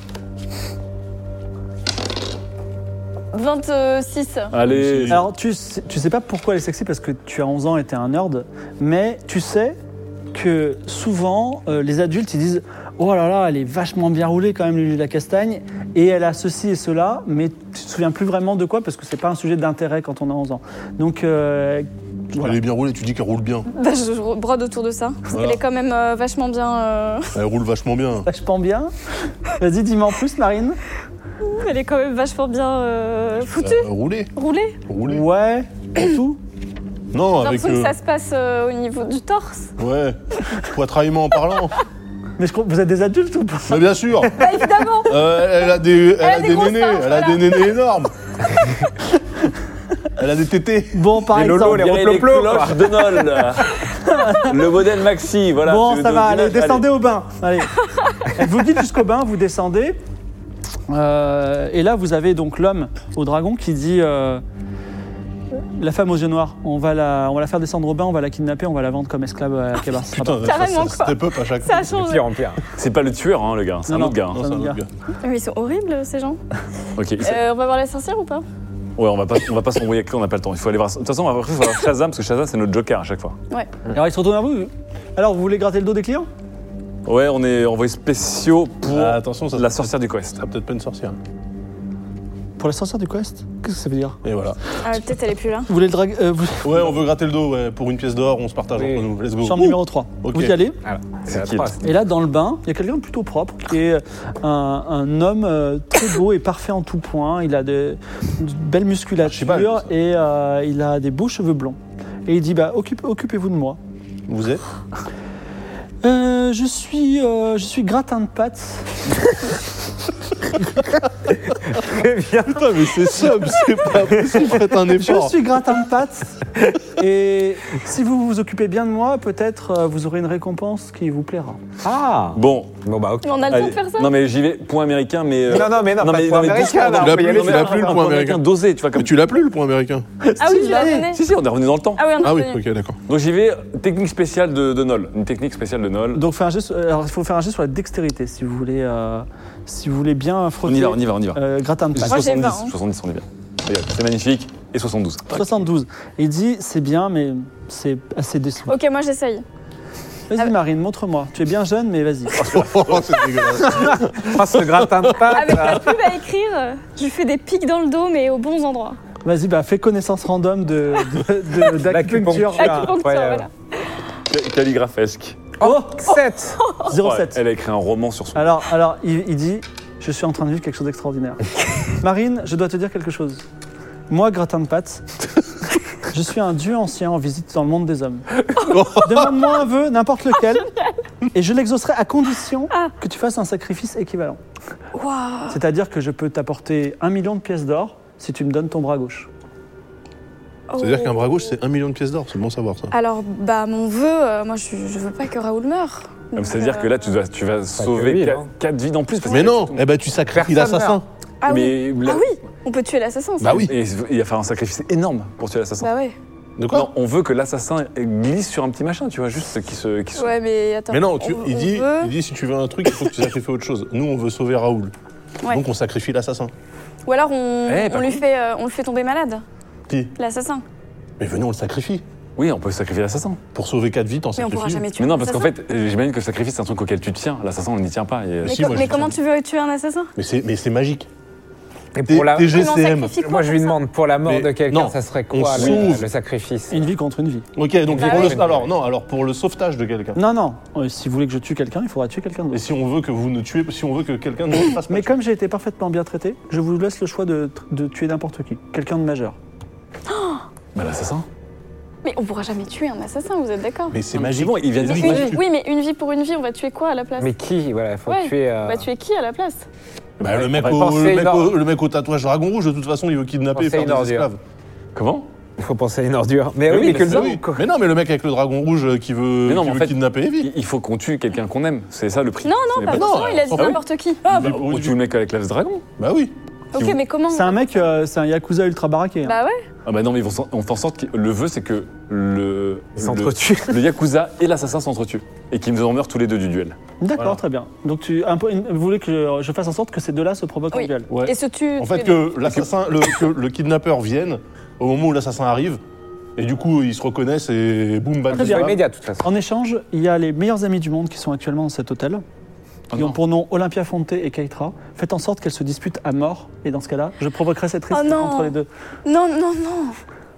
vingt-six. Allez. Alors, tu sais, tu sais pas pourquoi elle est sexy parce que tu as onze ans et tu es un nerd, mais tu sais que souvent, euh, les adultes, ils disent « Oh là là, elle est vachement bien roulée quand même, Lulu la Castagne, et elle a ceci et cela, mais tu te souviens plus vraiment de quoi parce que c'est pas un sujet d'intérêt quand on a onze ans. » Donc, euh, voilà. Elle est bien roulée, tu dis qu'elle roule bien. Bah, je je brode autour de ça. Parce Voilà. qu'elle est quand même euh, vachement bien. euh, Elle roule vachement bien. Vachement bien. Vas-y, dis-moi en plus, Marine. Elle est quand même vachement bien euh, foutue, Euh, roulée. roulée. Roulée. Ouais, et tout. Non, J'ai avec. l'impression euh, que ça se passe euh, au niveau du torse. Ouais. Poitraillement en parlant. Mais je crois vous êtes des adultes ou pas? Mais bien sûr. Bah évidemment. Euh, elle a des, elle a a des des gros nénés. seins, Elle a voilà. des nénés énormes. Elle a des tétés. Bon, par Les exemple. lolos, les Virer les reploplos, quoi. cloches de Nol. Le modèle Maxi, voilà. Bon, Tu ça veux- va, tu veux- allez, descendez au bain. Allez. Elle vous guide jusqu'au bain, vous descendez. Euh, et là, vous avez donc l'homme au dragon qui dit euh, la femme aux yeux noirs, on va, la, on va la faire descendre au bain, on va la kidnapper, on va la vendre comme esclave à Kabar. Putain, Carrément, ça, ça quoi. step up à chaque Ça a fois. De changé. pire en pire. C'est pas le tueur, hein, le gars. C'est Non, un non. autre gars. hein. Non, c'est un autre gars. Mais ils sont horribles ces gens. Ok. il- Euh, on va voir les sorcières ou pas? Ouais, on va pas, on va pas s'embrouiller avec lui, on n'a pas le temps. Il faut aller voir. De toute façon, on va après, il faut voir Shazam parce que Shazam c'est notre Joker à chaque fois. Alors, il se retourne vers vous. Alors, vous voulez gratter le dos des clients? Ouais, on est envoyé spéciaux pour Ah, attention, ça la sorcière du Quest. sera peut-être pas une sorcière. Pour la sorcière du quest? Qu'est-ce que ça veut dire? Et voilà. Ah, peut-être elle est plus là. Vous voulez le drag... euh, vous- Ouais, on veut gratter le dos, ouais. Pour une pièce d'or, on se partage Oui. entre nous. Let's go. Chambre numéro trois. Ok. Vous y allez. Voilà. C'est C'est la qui, trois, là c'est- Et là, dans le bain, il y a quelqu'un de plutôt propre, qui est un, un homme euh, très beau et parfait en tout point. Il a de, de belles musculature Archibald, ça. et euh, il a des beaux cheveux blonds. Et il dit, bah, occupe- occupez-vous de moi. Vous êtes Euh, je, je suis, euh, je suis gratin de pâtes. Très bien. Putain, mais c'est sub, c'est pas possible, faites un Je effort. suis gratin de pâtes. Et si vous vous occupez bien de moi, peut-être euh, vous aurez une récompense qui vous plaira. Ah. Bon, Bon bah ok. Mais on a le temps allez. de faire ça. Non mais j'y vais, point américain, mais... euh, Non, non, mais non, pas de point américain, doucement, là, on peut y non, aller, mais tu l'as un- plus, le un point point américain. dosé, tu vois, comme... Mais tu l'as plus, le point américain? Ah oui, tu l'as allez. donné. Si, si, on est revenu dans le temps. Ah oui, on a Ah oui, retenu. ok, d'accord. Donc j'y vais, technique spéciale de, de Nol. Une technique spéciale de Nol. Donc, fais un geste, alors, il faut faire un geste sur la dextérité si vous voulez, euh, si vous voulez bien On frotter. y va, on y va, on y va. euh, gratin de J'ai pâtes. Moi, j'ai soixante-dix, vingt, hein. soixante-dix, on est bien. Regarde, c'est magnifique. Et soixante-douze. soixante-douze. Et il dit c'est bien, mais c'est assez décevant. Ok, moi j'essaye. Vas-y, Ah, Marine, montre-moi. Tu es bien jeune, mais vas-y. Oh, c'est dégueulasse. Oh, ce gratin de pâtes. Avec la pub à écrire, je lui fais des pics dans le dos, mais aux bons endroits. Vas-y, bah, fais connaissance random de, de, de- d'acupuncture. L'acupuncture. Acupuncture, incroyable. voilà. Calligraphesque. Oh, sept. zéro Ouais, sept. Elle a écrit un roman sur son... Alors, alors il, il dit je suis en train de vivre quelque chose d'extraordinaire. Marine, je dois te dire quelque chose. Moi, gratin de pâtes, je suis un dieu ancien en visite dans le monde des hommes. Demande-moi un vœu, n'importe lequel, et je l'exaucerai à condition Ah. que tu fasses un sacrifice équivalent. Waouh. C'est-à-dire que je peux t'apporter un million de pièces d'or si tu me donnes ton bras gauche. C'est-à-dire qu'un bras gauche, c'est un million de pièces d'or, c'est bon savoir ça. Alors, bah, mon vœu, euh, moi, je, je veux pas que Raoul meure. Donc, Donc, C'est-à-dire euh, que là, tu, dois, tu vas sauver lui, quatre, non quatre vies en plus. Parce Mais que- non, eh ben tu sacrifies Personne l'assassin. Ah oui. Mais là- Ah oui, on peut tuer l'assassin. ça. Bah oui. Et il va falloir un sacrifice énorme pour tuer l'assassin. Bah ouais. De quoi? Non, on veut que l'assassin glisse sur un petit machin, tu vois, juste qu'il se... qu'il se- Ouais, mais attends. Mais non, tu- on- il, on dit, veut- il dit si tu veux un truc, il faut que tu sacrifies autre chose. Nous, on veut sauver Raoul. Ouais. Donc on sacrifie l'assassin. Ou alors on, Eh, on par lui contre- fait, euh, on le fait tomber malade, Qui? l'assassin. Mais venez, on le sacrifie. Oui, on peut sacrifier l'assassin. Pour sauver quatre vies, t'en Mais on pourra sacrifies. jamais tuer Mais non, un parce qu'en assassin. fait, euh, j'imagine que le sacrifice, c'est un truc auquel tu tiens. L'assassin, on n'y tient pas. Et... Mais, si, co- moi, je mais dis comment ça. tu veux tuer un assassin? Mais c'est, mais c'est magique. Et pour la... T G Oui, mais on C M. sacrifie quoi Moi, je lui pour ça demande, pour la mort Mais de quelqu'un, non, ça serait on quoi le, sauve. le sacrifice? Une vie contre une vie. Ok, donc Bah pour oui. le, alors, non, alors pour le sauvetage de quelqu'un. Non, non. euh, si vous voulez que je tue quelqu'un, il faudra tuer quelqu'un Et d'autre. si on veut que vous ne tuez, si on veut que quelqu'un ne fasse pas Mais tuer. comme j'ai été parfaitement bien traité, je vous laisse le choix de, de tuer n'importe qui. Quelqu'un de majeur. Bah, l'assassin. Mais on pourra jamais tuer un assassin, vous êtes d'accord? Mais c'est Non, mais magique. c'est bon, il vient de C'est dire Une magique. vie- Oui, mais une vie pour une vie, on va tuer quoi à la place? Mais qui? Voilà, il faut Ouais. tuer... euh, On va tuer qui à la place? Bah, le, mec On va au, penser le, mec une au, or- le mec au tatouage dragon rouge, de toute façon, il veut kidnapper et Penser faire une des ordure. esclaves. Comment Il faut penser à une ordure. Mais Oui, oui, mais mais que le c'est nom, Oui. quoi. Mais non, mais le mec avec le dragon rouge euh, qui veut, Mais non, qui mais en veut fait- kidnapper Evie. il, il faut qu'on tue quelqu'un qu'on aime. C'est ça le prix. Non, non, C'est pas non, forcément, il a dit ah oui. n'importe qui. Ah, bah, Mais- on tue le mec avec l'Axe Dragon. Bah oui. Ok, mais comment? C'est un mec, euh, c'est un yakuza ultra baraqué. hein. Bah ouais. Ah bah non, mais ils vont s'en- on fait en sorte que le vœu, c'est que le, Ils s'entretuent. le, le Yakuza et l'assassin s'entretuent. Et qu'ils en meurent tous les deux du duel. D'accord, Voilà. très bien. Donc tu, un peu- vous voulez que je fasse en sorte que ces deux-là se provoquent Oui. en duel. Ouais. Et se tue. En fait, que l'assassin, le, que le kidnappeur vienne au moment où l'assassin arrive, et du coup, ils se reconnaissent et boum, bam, Très C'est bien. immédiat, de toute façon. En échange, il y a les meilleurs amis du monde qui sont actuellement dans cet hôtel, Ah qui non. ont pour nom Olympia Fonte et Keitra. Faites en sorte qu'elles se disputent à mort, et dans ce cas-là, je provoquerai cette risque Oh non. entre les deux. Non, non, non.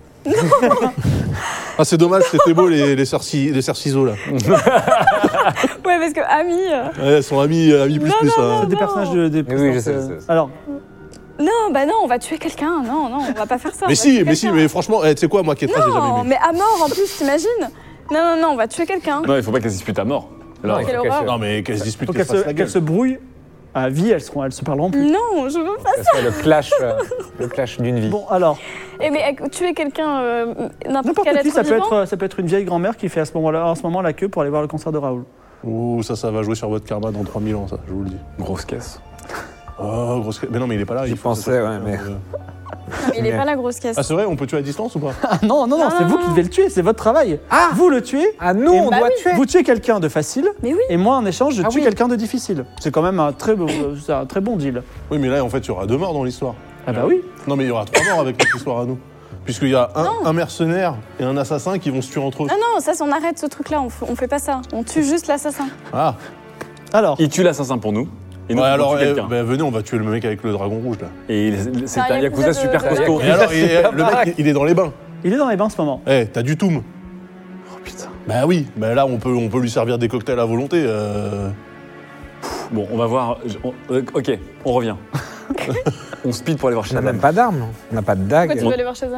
Ah, c'est dommage, c'était beau les, les sœurs Ci- les sœurs ciseaux là. Ouais, parce que Ami. euh, Ouais, elles sont amies, amies plus Non, plus. non, hein. C'est des non. personnages de, des Oui, oui, je sais, euh, je sais. Alors, Non, bah non, on va tuer quelqu'un. Non, non, on va pas faire ça. on Mais va si, tuer mais si, quelqu'un. mais franchement, eh, tu sais quoi, moi, Ketra, j'ai jamais Non, aimé. mais à mort en plus, t'imagines? Non, non, non, on va tuer quelqu'un. Non, il faut pas qu'elles se disputent à mort. Alors, Non, il Quelle faut qu'elle horreur. se- Non, mais qu'elles se disputent, faut qu'elles qu'elles se se, fassent la qu'elles gueule. se brouillent à vie, elles, seront, elles se parleront plus. Non, je veux pas. Ça serait le clash, euh, le clash d'une vie. Bon, alors, Eh, mais euh, tuer quelqu'un, euh, n'importe n'importe quel qui, être ça peut, vivant. être, ça peut être une vieille grand-mère qui fait à ce moment-là, en ce moment la queue pour aller voir le concert de Raoul. Ouh, ça, ça va jouer sur votre karma dans trois mille ans, ça, je vous le dis. grosse caisse. Oh, grosse. Mais non, mais il est pas là. J'y il faut- pensais, ouais, mais- Euh, Mais il est pas la grosse caisse. Ah, c'est vrai, on peut tuer à distance ou pas? Ah non, non, non, Non, c'est non, vous non. qui devez le tuer, c'est votre travail. Ah Vous le tuez, Ah, nous, Et on bah doit oui. tuer. vous tuez quelqu'un de facile, Mais oui. et moi en échange, je Ah tue oui. quelqu'un de difficile. C'est quand même un très, beau- euh, c'est un très bon deal. Oui, mais là, en fait, il y aura deux morts dans l'histoire. Ah bah oui. Non, mais il y aura trois morts avec notre histoire à nous. Puisqu'il y a un, un mercenaire et un assassin qui vont se tuer entre eux. Ah non, ça, on arrête ce truc-là, on, f- on fait pas ça. On tue juste l'assassin. Ah, Alors, Il tue l'assassin pour nous. Et nous, ouais, on alors, tue eh, quelqu'un. bah, venez, on va tuer le mec avec le dragon rouge, là. Et il- c'est un un Yakuza Yakuza super de- de- costaud. Et alors, il est- le mec, il est dans les bains. il est dans les bains en ce moment. Eh, t'as du toum. Oh putain. Bah oui, bah là, on peut, on peut lui servir des cocktails à volonté. euh. Bon, on va voir. je- on- euh, ok, on revient. On speed pour aller voir On n'a Shazam. même pas d'armes, on n'a pas de dague. Pourquoi tu veux aller voir Shazam?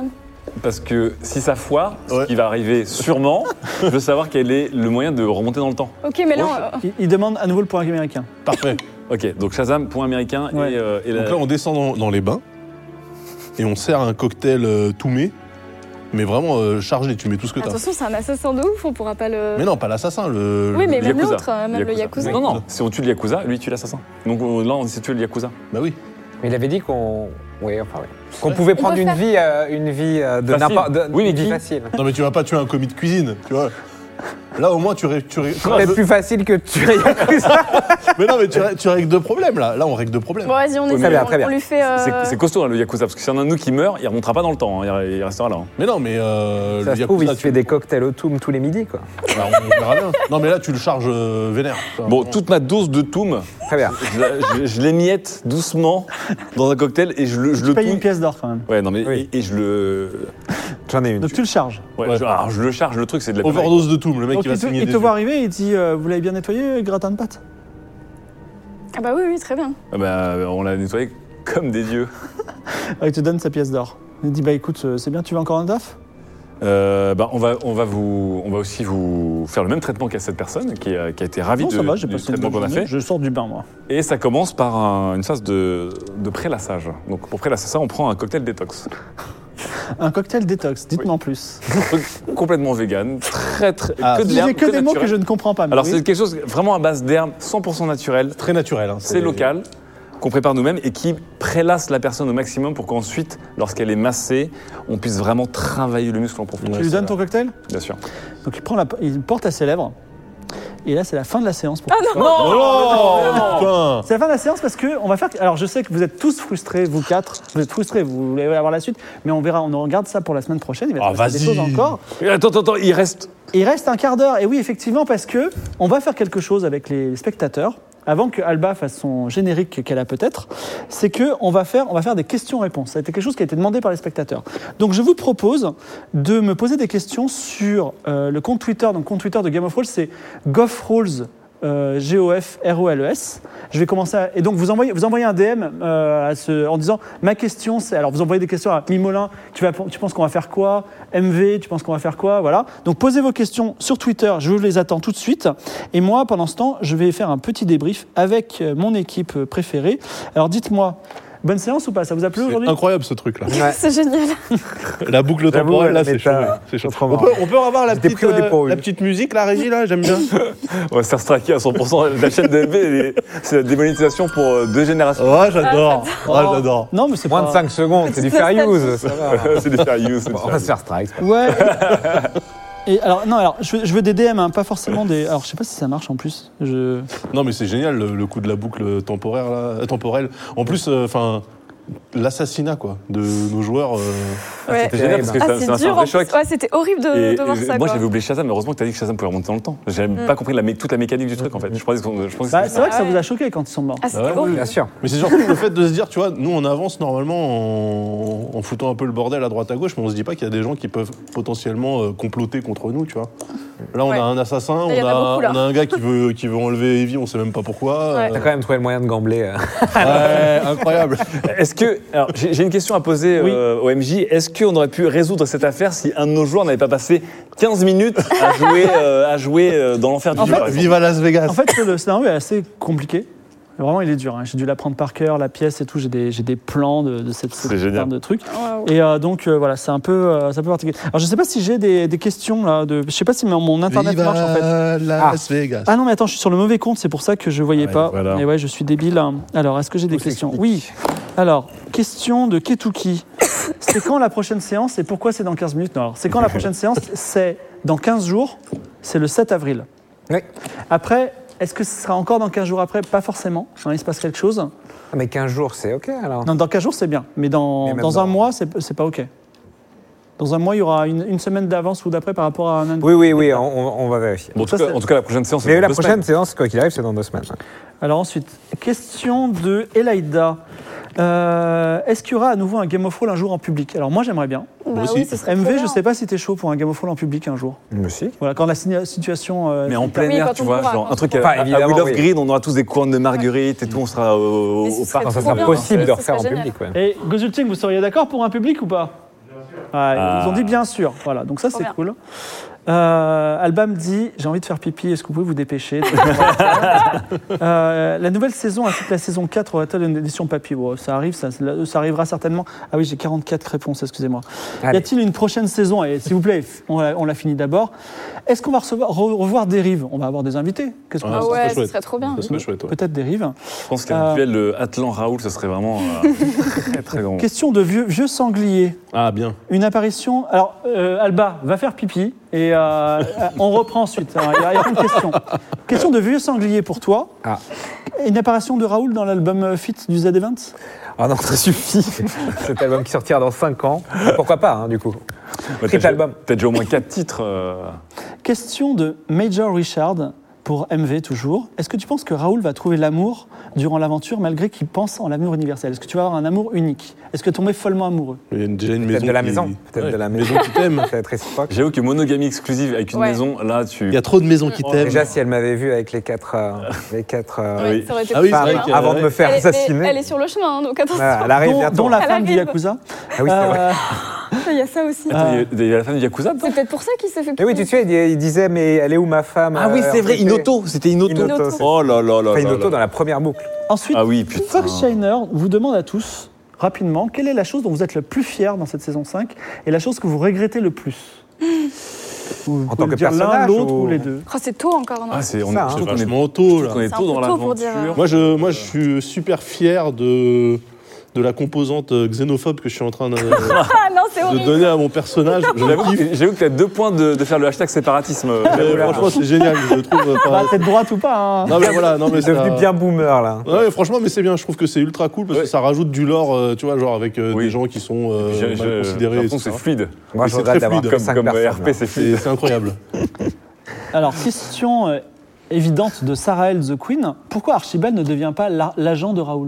Parce que si ça foire, Ouais. ce qui va arriver sûrement, je veux savoir quel est le moyen de remonter dans le temps. Ok, mais là, on- Il, il demande à nouveau le point américain. Parfait. Ok, donc Shazam, point américain Ouais. et, euh, et la- Donc là, on descend dans, dans les bains et on sert un cocktail euh, toumé, mais vraiment euh, chargé. Tu mets tout ce que t'as. attention, c'est un assassin de ouf, on pourra pas le. Mais non, pas l'assassin. Le, Oui, mais le- même Yakuza. l'autre, hein, même le Yakuza. Non, non, si on tue le Yakuza, lui il tue l'assassin. Donc on- là, on essaie de tuer le Yakuza. Bah oui. Mais il avait dit qu'on. Oui, enfin, oui. Qu'on pouvait prendre peut une faire- vie, euh, une vie euh, de Facile. n'importe. de- Oui, mais une vie qui facile. Non, mais tu vas pas tuer un commis de cuisine, tu vois. Là, au moins, tu, ré- tu, ré- C'est peut-être plus facile que de tuer Yakuza. Mais non, mais tu, ré- tu règles deux problèmes là. Là, on règle deux problèmes. Bon, vas-y, on Oui, essaie. très bien, on- très bien. On lui fait. euh, C'est c'est costaud hein, le Yakuza, parce que s'il y en a un de nous qui meurt, il remontera pas dans le temps, hein, il il restera là. hein. Mais non, mais euh, Ça le se trouve, il Yakuza, se fait tu- des cocktails au toum tous les midis, quoi. bah, on verra bien. Non, mais là, tu le charges euh, vénère. Ça, Bon, vraiment. toute ma dose de toum, Très bien. je, la- je- je l'émiette doucement dans un cocktail et je le, je Tu le payes une touille. pièce d'or quand même. Ouais, non mais Oui. et, et je le, J'en ai une. Donc tu le charges. ouais, Ouais. je, alors, je le charge. Le truc, c'est de la Overdose de toum, le mec Donc il va il te, saigner il des te yeux. voit arriver et il dit euh, vous l'avez bien nettoyé, gratin de pâte. Ah bah oui, oui, très bien. Ah bah, on l'a nettoyé comme des dieux. Ah, il te donne sa pièce d'or. Il dit bah écoute, euh, c'est bien, tu veux encore un taf? Euh, bah, on va, on va vous, on va aussi vous faire le même traitement qu'à cette personne qui a, qui a été ravie Non, de, ça va, j'ai du passé une traitement bonne qu'on a journée. fait. Je sors du bain moi. Et ça commence par un- une phase de, de prélassage. Donc pour prélasser ça, on prend un cocktail détox. Un cocktail détox, dites-moi en plus. Un truc complètement vegan, très très Ah, que de Il l'herbe, n'y a que des mots que naturel. je ne comprends pas. mais Alors oui. c'est quelque chose vraiment à base d'herbe, cent pour cent naturel. Très naturel. Hein, C'est local, qu'on prépare nous-mêmes et qui prélasse la personne au maximum pour qu'ensuite, lorsqu'elle est massée, on puisse vraiment travailler le muscle en profondeur. Tu lui donnes ton cocktail? Bien sûr. Donc il, prend la, il porte à ses lèvres. Et là, c'est la fin de la séance. Pour Ah non, Oh putain. C'est la fin de la séance parce que on va faire. Alors, je sais que vous êtes tous frustrés, vous quatre. Vous êtes frustrés, vous voulez avoir la suite. Mais on verra, on regarde ça pour la semaine prochaine. Il va Ah, se passer des vas-y. choses encore. Et attends, attends, attends, il reste. Et il reste un quart d'heure. Et oui, effectivement, parce que on va faire quelque chose avec les spectateurs. Avant que Alba fasse son générique qu'elle a peut-être, c'est que on va faire, on va faire des questions-réponses. Ça a été quelque chose qui a été demandé par les spectateurs. Donc je vous propose de me poser des questions sur euh, le compte Twitter. Donc le compte Twitter de Game of Thrones, c'est GoffRolls. Euh, G O F R O L E S. Je vais commencer à... Et donc, vous envoyez, vous envoyez un D M euh, à ce... en disant ma question, c'est. Alors, vous envoyez des questions à Mimolin. Tu, vas... tu penses qu'on va faire quoi? M V, tu penses qu'on va faire quoi? Voilà. Donc, posez vos questions sur Twitter. Je les attends tout de suite. Et moi, pendant ce temps, je vais faire un petit débrief avec euh, mon équipe préférée. Alors, dites-moi, bonne séance ou pas? Ça vous a plu C'est aujourd'hui? incroyable ce truc là. Ouais. c'est génial. La boucle J'avoue, temporelle là, la c'est chaud. méta, C'est chaud. autrement. On peut, on peut avoir la J'étais petite, pris au euh, dépourvu. la petite musique, la régie là, j'aime bien. On va se faire striker à cent pour cent. La chaîne de M V, elle est- c'est la démonétisation pour euh, deux générations. Ouais, j'adore. Ouais, j'adore. Non, mais c'est Moins pas... de cinq secondes, c'est du fair use, ça va. c'est des fair use. c'est des Bon, on fair va use. se faire strike. c'est pas Ouais. Et alors, non, alors, je veux, je veux des D M, hein, pas forcément des... Alors, je sais pas si ça marche en plus. Je... Non, mais c'est génial le, le coup de la boucle temporaire là, euh, temporelle. En plus, enfin, l'assassinat quoi de nos joueurs. euh, Ouais. C'était génial parce que Ah, ça, ça m'a c'est fait un dur. vrai en choc. plus. Ouais, c'était horrible de, Et, de voir et ça. moi quoi. j'avais oublié Shazam, mais heureusement que tu as dit que Shazam pouvait remonter dans le temps. J'avais Mm. pas compris la, mé- toute la mécanique du truc en fait. Je pensais que, je pensais que Bah, c'était c'est vrai que ça Ouais. vous a choqué quand ils sont morts. Ah, c'était Ouais, ouais, horrible. Bien sûr. Mais c'est surtout le fait de se dire, tu vois, nous on avance normalement en, en foutant un peu le bordel à droite à gauche, mais on se dit pas qu'il y a des gens qui peuvent potentiellement euh, comploter contre nous, tu vois. Là, on Ouais. a un assassin, Il y on en a a, beaucoup, là. on a un gars qui veut, qui veut enlever Evie, on sait même pas pourquoi. Ouais. T'as quand même trouvé le moyen de gambler. euh. Ouais, incroyable. Est-ce que. Alors, j'ai j'ai une question à poser Oui. euh, au M J. Est-ce qu'on aurait pu résoudre cette affaire si un de nos joueurs n'avait pas passé quinze minutes à jouer, euh, à jouer euh, dans l'enfer du En jeu fait, par exemple Viva Las Vegas. En fait, le scénario est assez compliqué. Vraiment, il est dur. hein. J'ai dû l'apprendre par cœur, la pièce et tout. J'ai des, j'ai des plans de, de cette C'est cette génial. de trucs. Waouh. Et euh, donc, euh, voilà, c'est un peu, euh, c'est un peu particulier. Alors, je sais pas si j'ai des, des questions là. De, je sais pas si mon, mon internet Viva marche en fait. Las Vegas. Ah non, mais attends, je suis sur le mauvais compte. C'est pour ça que je voyais Ouais, pas. voilà. Et ouais, je suis débile. hein. Alors, est-ce que j'ai des Tout questions? s'explique. Oui. Alors, question de Ketuki. C'est quand la prochaine séance et pourquoi c'est dans quinze minutes? Non, alors, c'est quand la prochaine séance? C'est dans quinze jours. C'est le sept avril. Oui. Après, est-ce que ce sera encore dans quinze jours après? Pas forcément. Hein, il se passe quelque chose. Ah, mais quinze jours, c'est OK alors. Non, dans quinze jours, c'est bien. Mais dans, Mais même dans un dans- mois, c'est c'est pas OK. Dans un mois, il y aura une, une semaine d'avance ou d'après par rapport à un... Oui, oui, oui, on, on va vérifier. Bon, en, tout Ça, cas, c'est- en tout cas, la prochaine séance, c'est Mais dans la deux prochaine semaines. séance, quoi qu'il arrive, c'est dans deux semaines. Alors ensuite, question de Elaïda. Euh, Est-ce qu'il y aura à nouveau un Game of Thrones un jour en public? Alors moi, j'aimerais bien. Bah Moi aussi. oui, ce serait M trop V, je bien. sais pas si t'es chaud pour un Game of Thrones en public un jour. Mais si. Voilà, quand la signa- situation... euh, Mais en est- plein Oui, air, quand tu on vois, pourra, genre quand un truc on à, pourra. à Évidemment, Will of oui. Green, on aura tous des couronnes de marguerite et tout, on sera au, Mais ce au serait parc. Ça trop sera bien. possible de Ce refaire en serait public, ouais. Et Gozulting, vous seriez d'accord pour un public ou pas? Ah, Ils ont dit bien sûr. Voilà, donc ça, Trop c'est bien. cool. Euh, Alba me dit j'ai envie de faire pipi, est-ce que vous pouvez vous dépêcher? euh, La nouvelle saison ainsi que la saison quatre aura-t-elle une édition papier? Bon, ça arrive, ça, ça arrivera certainement. Ah oui, j'ai quarante-quatre réponses, excusez-moi. Allez. Y a-t-il une prochaine saison? Et s'il vous plaît, on la, on la finit d'abord. Est-ce qu'on va recevoir, re- revoir Dérive? On va avoir des invités. Qu'est-ce qu'on Ah, Ah ça ouais, serait ce chouette. serait trop bien. Ça serait chouette, ouais. Peut-être Dérive. Je pense qu'un Euh, duel euh, Atlan-Raoul, ce serait vraiment euh, très très grand. Question de vieux, vieux sanglier. Ah, bien. Une apparition. Alors, euh, Alba va faire pipi et euh, on reprend ensuite. Alors, Il y a, il y a une question. Question de vieux sanglier pour toi. Ah. Une apparition de Raoul dans l'album Fit du Z Event? Ah non, ça suffit. Cet album qui sortira dans cinq ans. Pourquoi pas, hein, du coup. Ouais, Triple t'as- album. T'as déjà au moins quatre titres. euh, Question de Major Richard pour M V toujours. Est-ce que tu penses que Raoul va trouver l'amour durant l'aventure malgré qu'il pense en l'amour universel? Est-ce que tu vas avoir un amour unique? Est-ce que tu tomber follement amoureux? Il y a déjà une Peut-être maison. de la qui- maison. Peut-être Ouais, de la une maison. maison qui t'aime. Ça va être réciproque. J'avoue que monogamie exclusive avec une Ouais. maison, là, tu. Il y a trop de maisons qui t'aiment. Déjà, si elle m'avait vu avec les quatre, euh, les quatre euh, Ouais, oui. ça aurait été Ah oui, trop c'est femmes vrai bien. que- avant de me faire Elle est- mais assassiner. Elle est sur le chemin, hein, donc attention. Voilà, elle arrive Dont, bientôt. dont la Elle femme du arrive. Yakuza. Ah oui, c'est vrai. Euh, Il y a ça aussi. Attends, il y a- il y a la femme du Yakuza C'est peut-être pour ça qu'il s'est fait. Et oui, tu sais, il, il disait, mais elle est où ma femme Ah oui, euh, c'est vrai, c'était- Inoto. C'était Inoto. Inoto, c'est- Oh là là là Enfin, là Inoto là. dans la première boucle. Ensuite, Ah oui, putain. Fox Shiner vous demande à tous, rapidement, quelle est la chose dont vous êtes le plus fier dans cette saison cinq et la chose que vous regrettez le plus? Vous En pouvez tant que dire l'un, personnage l'autre ou- ou les deux. Oh, c'est tôt encore, non Ah, c'est on, Ça, hein. je C'est trouve qu'on est, vachement je tôt, trouve là. qu'on est C'est un tôt dans peu tôt pour dire, l'aventure. euh, Moi je, moi, je suis super fier de, de la composante euh, xénophobe que je suis en train de, Ah non, c'est de horrible. donner à mon personnage. Je J'avoue kiffe. que- j'avoue que t'as deux points de, de faire le hashtag séparatisme. Mais franchement, c'est génial. Je le trouve. euh, Bah, pas- t'es de droite ou pas hein. Non, mais voilà, non, mais Il est devenu ça- bien boomer, là. Ouais, franchement, mais c'est bien. Je trouve que c'est ultra cool parce Ouais. que ça rajoute du lore, euh, tu vois, genre avec euh, Oui. des gens qui sont euh, J'ai- mal j'ai- j'ai considérés. l'impression et que c'est cetera. fluide. Moi, Mais je c'est regrette très d'avoir fluide, que Comme, cinq comme personnes. R P, c'est C'est fluide. c'est incroyable. Alors, question euh, évidente de Sarah L. The Queen. Pourquoi Archibald ne devient pas la- l'agent de Raoul?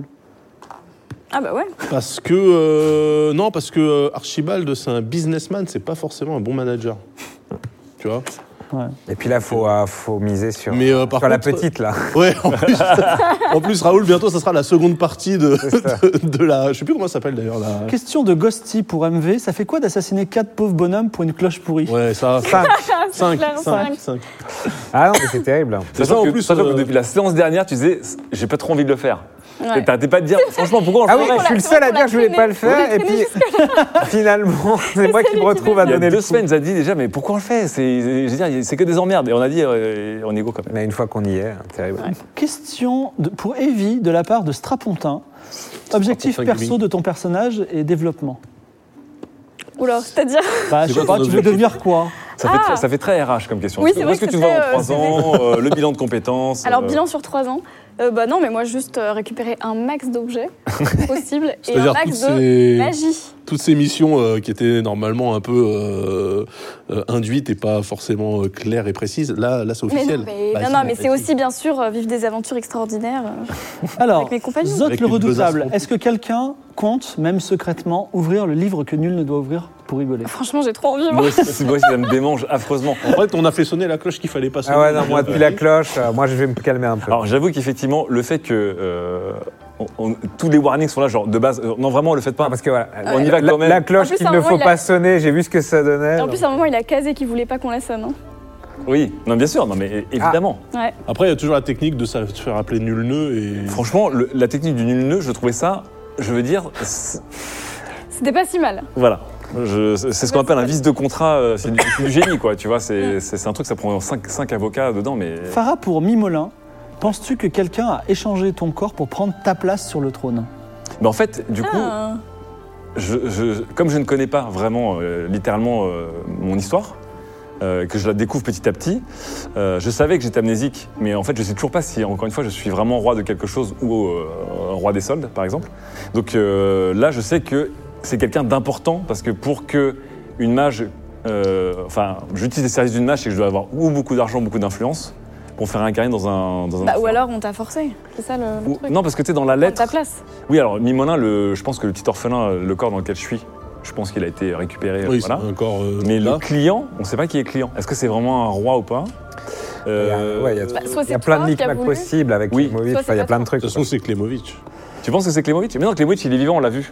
Ah bah ouais. Parce que euh, non, parce que euh, Archibald, c'est un businessman, c'est pas forcément un bon manager. Tu vois. Et puis là, il faut, euh, faut miser sur, Mais, euh, par sur la contre- petite, là. Ouais. En plus, en plus, Raoul, bientôt, ça sera la seconde partie de, C'est ça. de, de la. Je sais plus comment ça s'appelle d'ailleurs. La... Question de Ghosty pour M V. Ça fait quoi d'assassiner quatre pauvres bonhommes pour une cloche pourrie? Ouais, ça. Cinq. cinq, clair, cinq, cinq. cinq. Ah non, mais c'est terrible. Sachant en que, plus, sachant que euh, depuis la séance dernière, tu disais, j'ai pas trop envie de le faire. Ouais. T'arrêtais pas de dire, franchement, pourquoi on le Ah oui, ferait je suis le C'est seul vrai à qu'on dire que je voulais l'a pas le faire, et traîné. puis finalement, c'est moi qui me retrouve à Il y a donner deux le coup. semaines, il nous a dit déjà, mais pourquoi on le fait? C'est, je veux dire, c'est que des emmerdes. Et on a dit, euh, on est go quand même. Mais une fois qu'on y est, terrible. Question de- pour Evie de la part de Strapontin. Objectif Strapontin perso Gaming. de ton personnage et développement. Oula, c'est-à-dire. Bah, je C'est sais quoi pas, ton tu veux objectif devenir quoi? Ça, fait Ah. très, ça fait très R H comme question. Oui, Où c'est vrai est-ce que que tu te c'est vois très, dans trois euh, ans? euh, Le bilan de compétences? Alors, euh, bilan sur trois ans. Euh, bah non, mais moi, juste euh, récupérer un max d'objets possible et un C'est-à-dire max toutes de ces, magie. toutes ces missions euh, qui étaient normalement un peu euh, euh, induites et pas forcément euh, claires et précises. Là, là c'est Mais officiel. non, mais, Bah, non, si, non, bah, mais bah, c'est si. aussi, bien sûr, euh, vivre des aventures extraordinaires. euh. Alors, Avec mes compagnons. Zot Avec le une redoutable, besace. est-ce que quelqu'un compte, même secrètement, ouvrir le livre que nul ne doit ouvrir pour rigoler? Franchement, j'ai trop envie, moi. Moi aussi, moi aussi, ça me démange affreusement. En fait, on a fait sonner la cloche qu'il fallait pas sonner. Ah ouais, non, moi, depuis la cloche, euh, moi, je vais me calmer un peu. Alors j'avoue qu'effectivement, le fait que euh, on- on- tous les warnings sont là, genre de base, euh, non vraiment, le faites pas. Ah, parce que voilà, On y va la, quand même. la cloche En plus, qu'il à un ne moment, faut il a- pas sonner, j'ai vu ce que ça donnait. Et en plus, à un moment, il a casé qu'il voulait pas qu'on la sonne. hein. Oui, non bien sûr, non mais é- évidemment. Ouais. Après, il y a toujours la technique de se faire appeler nul-nœud et. Franchement, le- la technique du nul-nœud, je trouvais ça, je veux dire, c'est- C'était pas si mal. voilà. Je- C'est ce qu'on appelle un vice de contrat, euh, c'est du, c'est du génie quoi, tu vois, c'est c'est- c'est un truc, ça prend cinq avocats dedans, mais... Farah pour Mimolin, penses-tu que quelqu'un a échangé ton corps pour prendre ta place sur le trône? Mais en fait, du coup, Ah. je, je- comme je ne connais pas vraiment, euh, littéralement, euh, mon histoire, euh, que je la découvre petit à petit, euh, je savais que j'étais amnésique, mais en fait, je ne sais toujours pas si, encore une fois, je suis vraiment roi de quelque chose ou euh, roi des soldes, par exemple. Donc euh, là, je sais que c'est quelqu'un d'important, parce que pour que une mage... euh, enfin, j'utilise les services d'une mage, c'est que je dois avoir ou beaucoup d'argent, beaucoup d'influence, pour me faire incarner dans un... Dans un Bah, ou enfant. alors, on t'a forcé. C'est ça le, le Ou- truc. non, parce que tu sais, dans la Prendre lettre... ta place. Oui, alors Mimolin, le, je pense que le petit orphelin, le corps dans lequel je suis, je pense qu'il a été récupéré. Oui, voilà. c'est encore. euh, Mais là. le client, on ne sait pas qui est client. Est-ce que c'est vraiment un roi ou pas? Il y a, Euh, ouais, il y a, Bah, il soit y a c'est plein toi de qui as micmacs voulu. possibles avec Oui. Klimovic, Soit enfin, il y a c'est plein de pas trucs. De toute façon, c'est Klemovic. Tu penses que c'est Klemovic? Mais non, Klemovic, il est vivant, on l'a vu.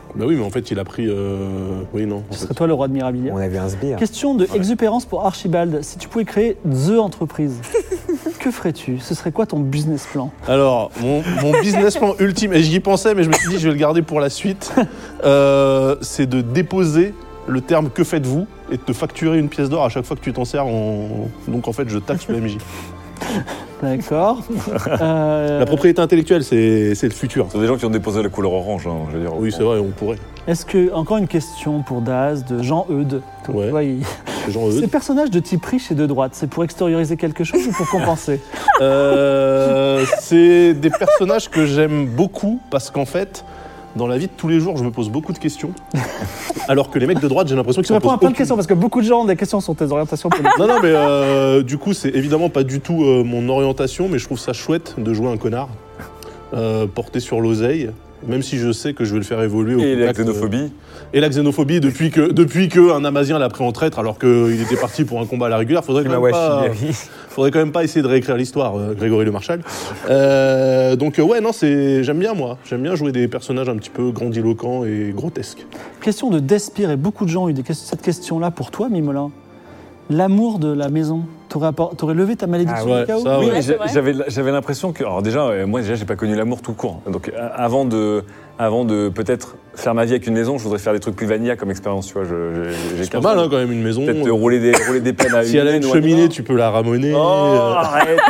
Bah oui, mais en fait, il a pris. Euh... Oui, non. Ce En serait fait. toi le roi de Mirabilia. On a vu un sbire. Question de exupérance pour Archibald. Si tu pouvais créer The Entreprise, que ferais-tu? Ce serait quoi ton business plan? Alors, mon, mon business plan ultime, et j'y y pensais, mais je me suis dit, je vais le garder pour la suite, euh, c'est de déposer le terme que faites-vous et de te facturer une pièce d'or à chaque fois que tu t'en sers. En... Donc en fait, je taxe le M J. D'accord. Euh, La propriété intellectuelle, c'est, c'est le futur. C'est des gens qui ont déposé la couleur orange, hein, je veux dire. Oui, c'est vrai, on pourrait. Est-ce que, encore une question pour Daz, de Jean Eudes. Tu Ouais. vois, il- Les gens, eux. Ces personnages de type riche et de droite, c'est pour extérioriser quelque chose ou pour compenser? Euh, c'est des personnages que j'aime beaucoup parce qu'en fait, dans la vie de tous les jours, je me pose beaucoup de questions. Alors que les mecs de droite, j'ai l'impression qu'ils Tu s'en réponds posent à plein de aucune. questions parce que beaucoup de gens ont des questions sur tes orientations politiques. Non, non, mais euh, du coup, c'est évidemment pas du tout euh, mon orientation, mais je trouve ça chouette de jouer un connard euh, porté sur l'oseille, même si je sais que je vais le faire évoluer au Et la contact, euh, xénophobie. et la xénophobie depuis que depuis que un Amazien l'a pris en traître alors qu'il était parti pour un combat à la régulière. Faudrait quand même pas, faudrait quand même pas essayer de réécrire l'histoire, euh, Grégory Le Marchal. Euh, donc euh, ouais, non, c'est j'aime bien moi, j'aime bien jouer des personnages un petit peu grandiloquents et grotesques. Question de Despire, et beaucoup de gens ont eu des que- cette question-là pour toi, Mimolin. L'amour de la maison, t'aurais, appor- t'aurais levé ta malédiction Ah ouais, au cas où? ça, Oui, ouais. mais c'est j'a- vrai. j'avais, j'avais l'impression que. Alors, déjà, euh, moi, déjà, j'ai pas connu l'amour tout court. Donc, euh, avant de, avant de peut-être faire ma vie avec une maison, je voudrais faire des trucs plus vanilla comme expérience, tu vois. Je, je- j'ai C'est pas mal hein, quand même une maison. Peut-être euh, rouler des, rouler des peines à Si elle a une ou à cheminée, heure. tu peux la ramoner. Oh, euh, arrête.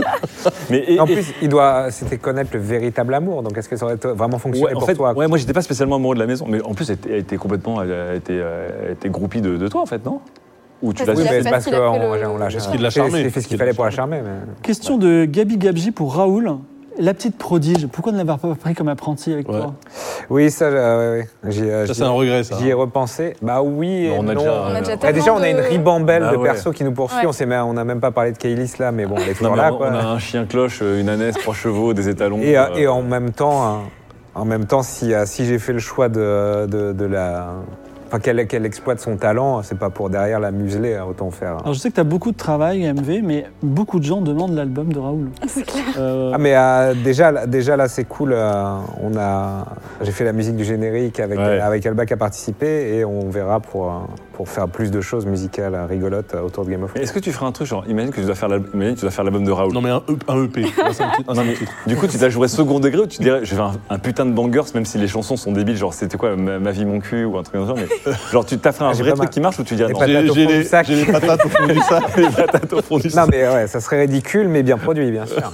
Mais et- En et- plus, il doit, c'était connaître le véritable amour. Donc, est-ce que ça aurait vraiment fonctionné Ouais, en pour fait, toi? ouais, moi j'étais pas spécialement amoureux de la maison, mais en plus elle était, elle était complètement, elle, elle était, euh, elle était groupie de, de toi en fait, non? Ou tu Parce l'as Oui, qu'il a- mais c'est parce parce qu'il a qu'on fait le- on l'a Parce qu'il l'a charmé. Il fait ce qu'il fallait pour la charmer. Mais... Question de Gabi Gabji pour Raoul. La petite prodige, pourquoi ne l'avoir pas pris comme apprenti avec Ouais. toi? Oui, ça, euh, ouais, ouais. J'y, euh, Ça, j'y- c'est un regret, ça. J'y ai repensé. Bah oui, et Non, on a non. déjà- On a déjà Euh, Ah, déjà, on a une tellement de- ribambelle Bah de ouais. persos qui nous poursuit. Ouais. On s'est même- on n'a même pas parlé de Kailis là, mais bon, elle est Non, toujours mais là. on, Quoi. on a un chien cloche, une ânesse, trois chevaux, des étalons. Et, euh, euh, et en même temps, hein, en même temps, si, euh, si j'ai fait le choix de, de, de la, enfin qu'elle qu'elle exploite son talent, c'est pas pour derrière la museler, hein, autant faire. Alors je sais que tu as beaucoup de travail, M V, mais beaucoup de gens demandent l'album de Raoul. C'est clair. Euh, Ah mais euh, déjà, là- déjà là c'est cool. euh, on a, j'ai fait la musique du générique avec Ouais. avec Alba qui a participé et on verra pour euh, pour faire plus de choses musicales euh, rigolotes euh, autour de Game of mais Thrones. est-ce que tu ferais un truc genre, imagine que tu dois faire l'album, imagine que tu dois faire l'album de Raoul. Non mais un, E- un E P. Là, c'est un petit- Non, mais du coup, tu la jouerais second degré ou tu dirais, je vais un, un putain de bangers, même si les chansons sont débiles, genre c'était quoi, ma, ma vie, mon cul ou un truc comme ça, mais genre tu t'as fait un J'ai vrai pas truc ma- qui marche ou tu dirais Les non, patates J'ai au j'ai fond du les, sac. j'ai les patates au fond du sac. les patates au fond du Non sac. mais ouais, ça serait ridicule mais bien produit bien sûr.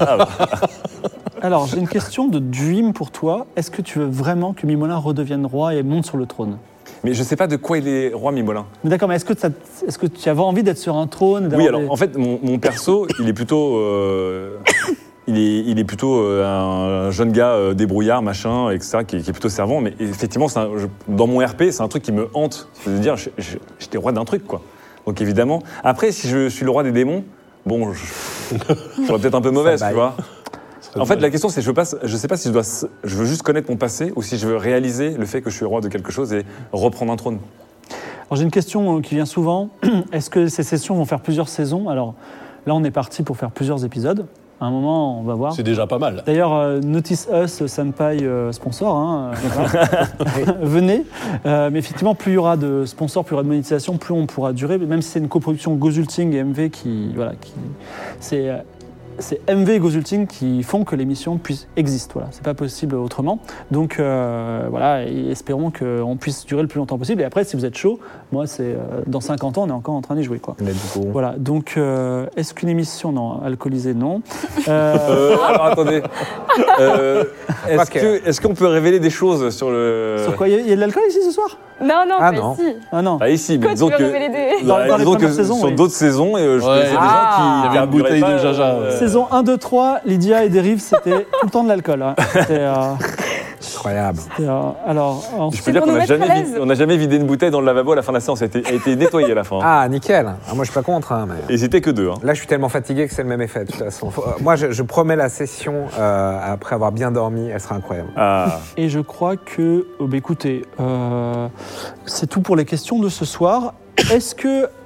Alors j'ai une question de Dream pour toi. Est-ce que tu veux vraiment que Mimolin redevienne roi et monte sur le trône? Mais je sais pas de quoi il est roi Mimolin. Mais d'accord, mais est-ce que, ça- est-ce que tu avais envie d'être sur un trône? Oui, d'avoir alors des- en fait, mon, mon perso, il est plutôt. euh, il, est, il est plutôt euh, un jeune gars euh, débrouillard, machin, et cetera, qui, est- qui est plutôt servant. Mais effectivement, c'est un- je- dans mon R P, c'est un truc qui me hante. C'est-à-dire, je- je- j'étais roi d'un truc, quoi. Donc évidemment. Après, si je suis le roi des démons, bon, je, je serais peut-être un peu mauvaise, Ça tu vois. En fait, la question, c'est je veux pas, je sais pas si je dois, je veux juste connaître mon passé ou si je veux réaliser le fait que je suis roi de quelque chose et reprendre un trône. Alors j'ai une question euh, qui vient souvent. Est-ce que ces sessions vont faire plusieurs saisons? Alors là, on est parti pour faire plusieurs épisodes. À un moment, on va voir. C'est déjà pas mal. D'ailleurs, euh, Notice Us, Senpai euh, sponsor, hein, euh, voilà. Venez. Euh, mais effectivement, plus il y aura de sponsors, plus il y aura de monétisation, plus on pourra durer. Même si c'est une coproduction Gozulting et M V qui, voilà, qui, c'est, euh, c'est M V et Gozulting qui font que l'émission puisse existe. Voilà, c'est pas possible autrement. Donc euh, voilà, et espérons qu'on puisse durer le plus longtemps possible. Et après, si vous êtes chaud, moi, c'est euh, dans cinquante ans, on est encore en train d'y jouer, quoi. Let's go. Voilà. Donc, euh, est-ce qu'une émission, non, alcoolisée, non. Euh, Euh, alors attendez. Euh, est-ce, Crois que- que, est-ce qu'on peut révéler des choses sur le. Sur quoi? Il y a- il y a de l'alcool ici ce soir? Non, non, Ah, mais non. si. Ah non. Ah, ici, mais Quoi, tu disons veux que. révéler des... Dans- dans les disons que premières saisons, sur oui. d'autres saisons, euh, je Ouais. connaissais des Ah, gens qui. il y avait une carburaient bouteille de pas, Jaja, euh, Saison un, deux, trois, Lydia et Dérive, c'était tout le temps de l'alcool. Hein. C'était, euh, Incroyable. c'était, euh, alors, en- Je peux C'est dire pour qu'on nous n'a mettre jamais, à vidé- l'aise. on n'a jamais vidé une bouteille dans le lavabo à la fin de la séance. Elle a été, elle a été nettoyée à la fin. Ah nickel. Ah, moi je suis pas contre. Hein, mais... Et c'était que deux. Hein. Là, je suis tellement fatigué que c'est le même effet, de toute façon. Faut- euh, moi, je, je promets la session, euh, après avoir bien dormi, elle sera incroyable. Ah. et je crois que, oh, bah, écoutez, euh, c'est tout pour les questions de ce soir. Est-ce que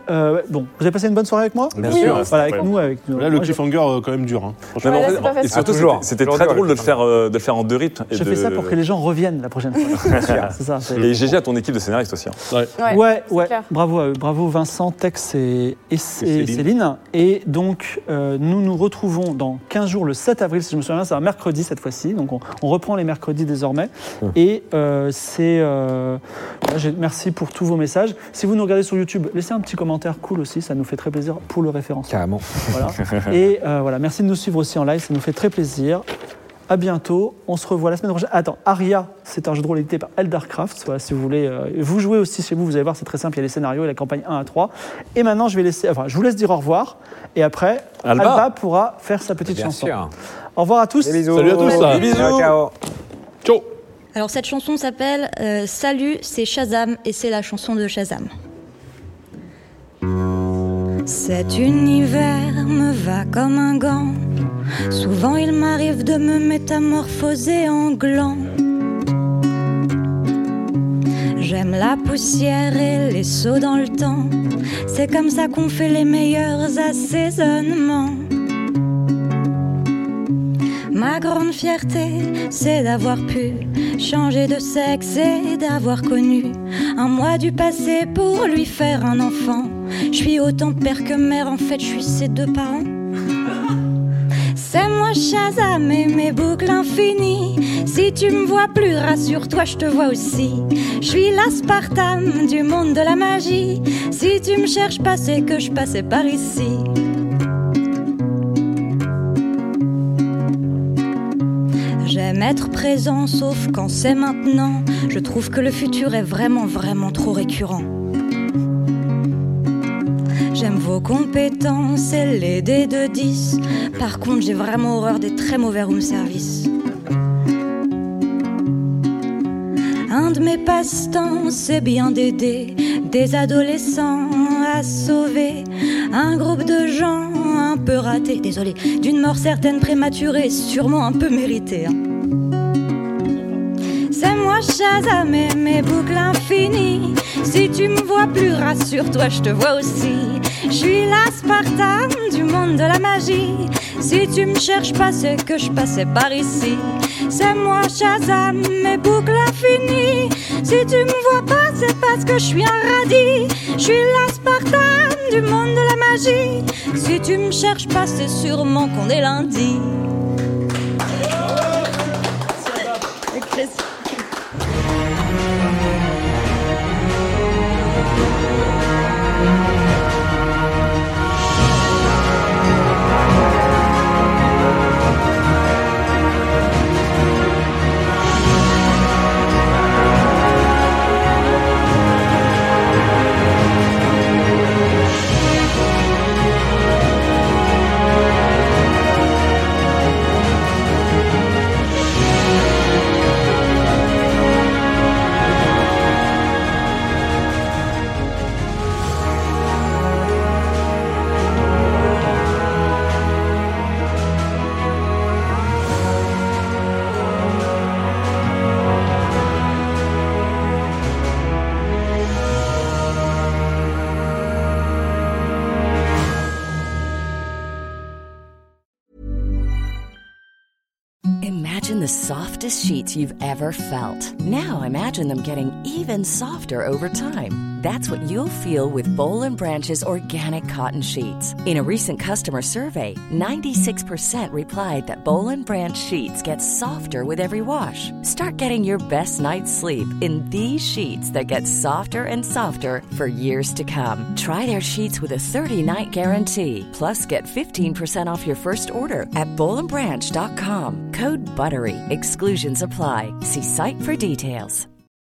euh, bon, vous avez passé une bonne soirée avec moi? Bien Oui. sûr. Voilà, avec nous, avec nous. Là, le Moi, je- cliffhanger, euh, quand même dur. Hein. Mais en Ouais, là, fait, c'est pas et facile. surtout, Ah, toujours. c'était- c'était Toujours très dur, drôle de le le faire, euh, de le faire en deux rythmes. et Je de- fais ça pour que les gens reviennent la prochaine fois. c'est ça. c'est- Et G G à ton équipe de scénaristes aussi. hein. Ouais. Ouais, Ouais, c'est ouais. clair. Bravo, à eux. Bravo Vincent, Tex et, et, et Céline. Céline. Et donc, euh, nous nous retrouvons dans quinze jours, le sept avril, si je me souviens bien, c'est un mercredi cette fois-ci. Donc, on, on reprend les mercredis désormais. Et euh, c'est. euh, voilà, j'ai- merci pour tous vos messages. Si vous nous regardez sur YouTube, laissez un petit commentaire cool aussi, ça nous fait très plaisir pour le référencement. Carrément. Voilà. Et euh, voilà, merci de nous suivre aussi en live, ça nous fait très plaisir. À bientôt, on se revoit la semaine prochaine. Attends, Aria, c'est un jeu de rôle édité par Eldercraft. Voilà, si vous voulez, euh, vous jouez aussi chez vous, vous allez voir, c'est très simple, il y a les scénarios et la campagne un à trois. Et maintenant, je vais laisser, enfin, je vous laisse dire au revoir. Et après, Alba. Alba, pourra faire sa petite Bien chanson. sûr. Au revoir à tous. Des bisous. Salut à tous, ça. Des bisous. Ciao, ciao. Ciao. Alors cette chanson s'appelle euh, Salut, c'est Shazam et c'est la chanson de Shazam. Cet univers me va comme un gant. Souvent il m'arrive de me métamorphoser en gland. J'aime la poussière et les sauts dans le temps. C'est comme ça qu'on fait les meilleurs assaisonnements. Ma grande fierté, c'est d'avoir pu changer de sexe et d'avoir connu un moi du passé pour lui faire un enfant. Je suis autant père que mère, en fait, je suis ses deux parents. C'est moi Shazam et mes boucles infinies. Si tu me vois plus, rassure-toi, je te vois aussi. Je suis l'aspartame du monde de la magie. Si tu me cherches pas, c'est que je passais par ici. J'aime être présent, sauf quand c'est maintenant. Je trouve que le futur est vraiment, vraiment trop récurrent. J'aime vos compétences et les dés de dix. Par contre, j'ai vraiment horreur des très mauvais room service. Un de mes passe-temps, c'est bien d'aider des adolescents à sauver un groupe de gens un peu ratés. Désolé, d'une mort certaine prématurée, sûrement un peu méritée. Hein. C'est moi Shazam et mes boucles infinies. Si tu me vois plus, rassure-toi, je te vois aussi. Je suis l'aspartame du monde de la magie. Si tu me cherches pas, c'est que je passais par ici. C'est moi Shazam, mes boucles infinies. Si tu me vois pas, c'est parce que je suis un radis. Je suis l'aspartame du monde de la magie. Si tu me cherches pas, c'est sûrement qu'on est lundi. Imagine the softest sheets you've ever felt. Now imagine them getting even softer over time. That's what you'll feel with Boll and Branch's organic cotton sheets. In a recent customer survey, ninety-six percent replied that Boll and Branch sheets get softer with every wash. Start getting your best night's sleep in these sheets that get softer and softer for years to come. Try their sheets with a thirty-night guarantee. Plus, get fifteen percent off your first order at boll and branch dot com. Code BUTTERY. Exclusions apply. See site for details.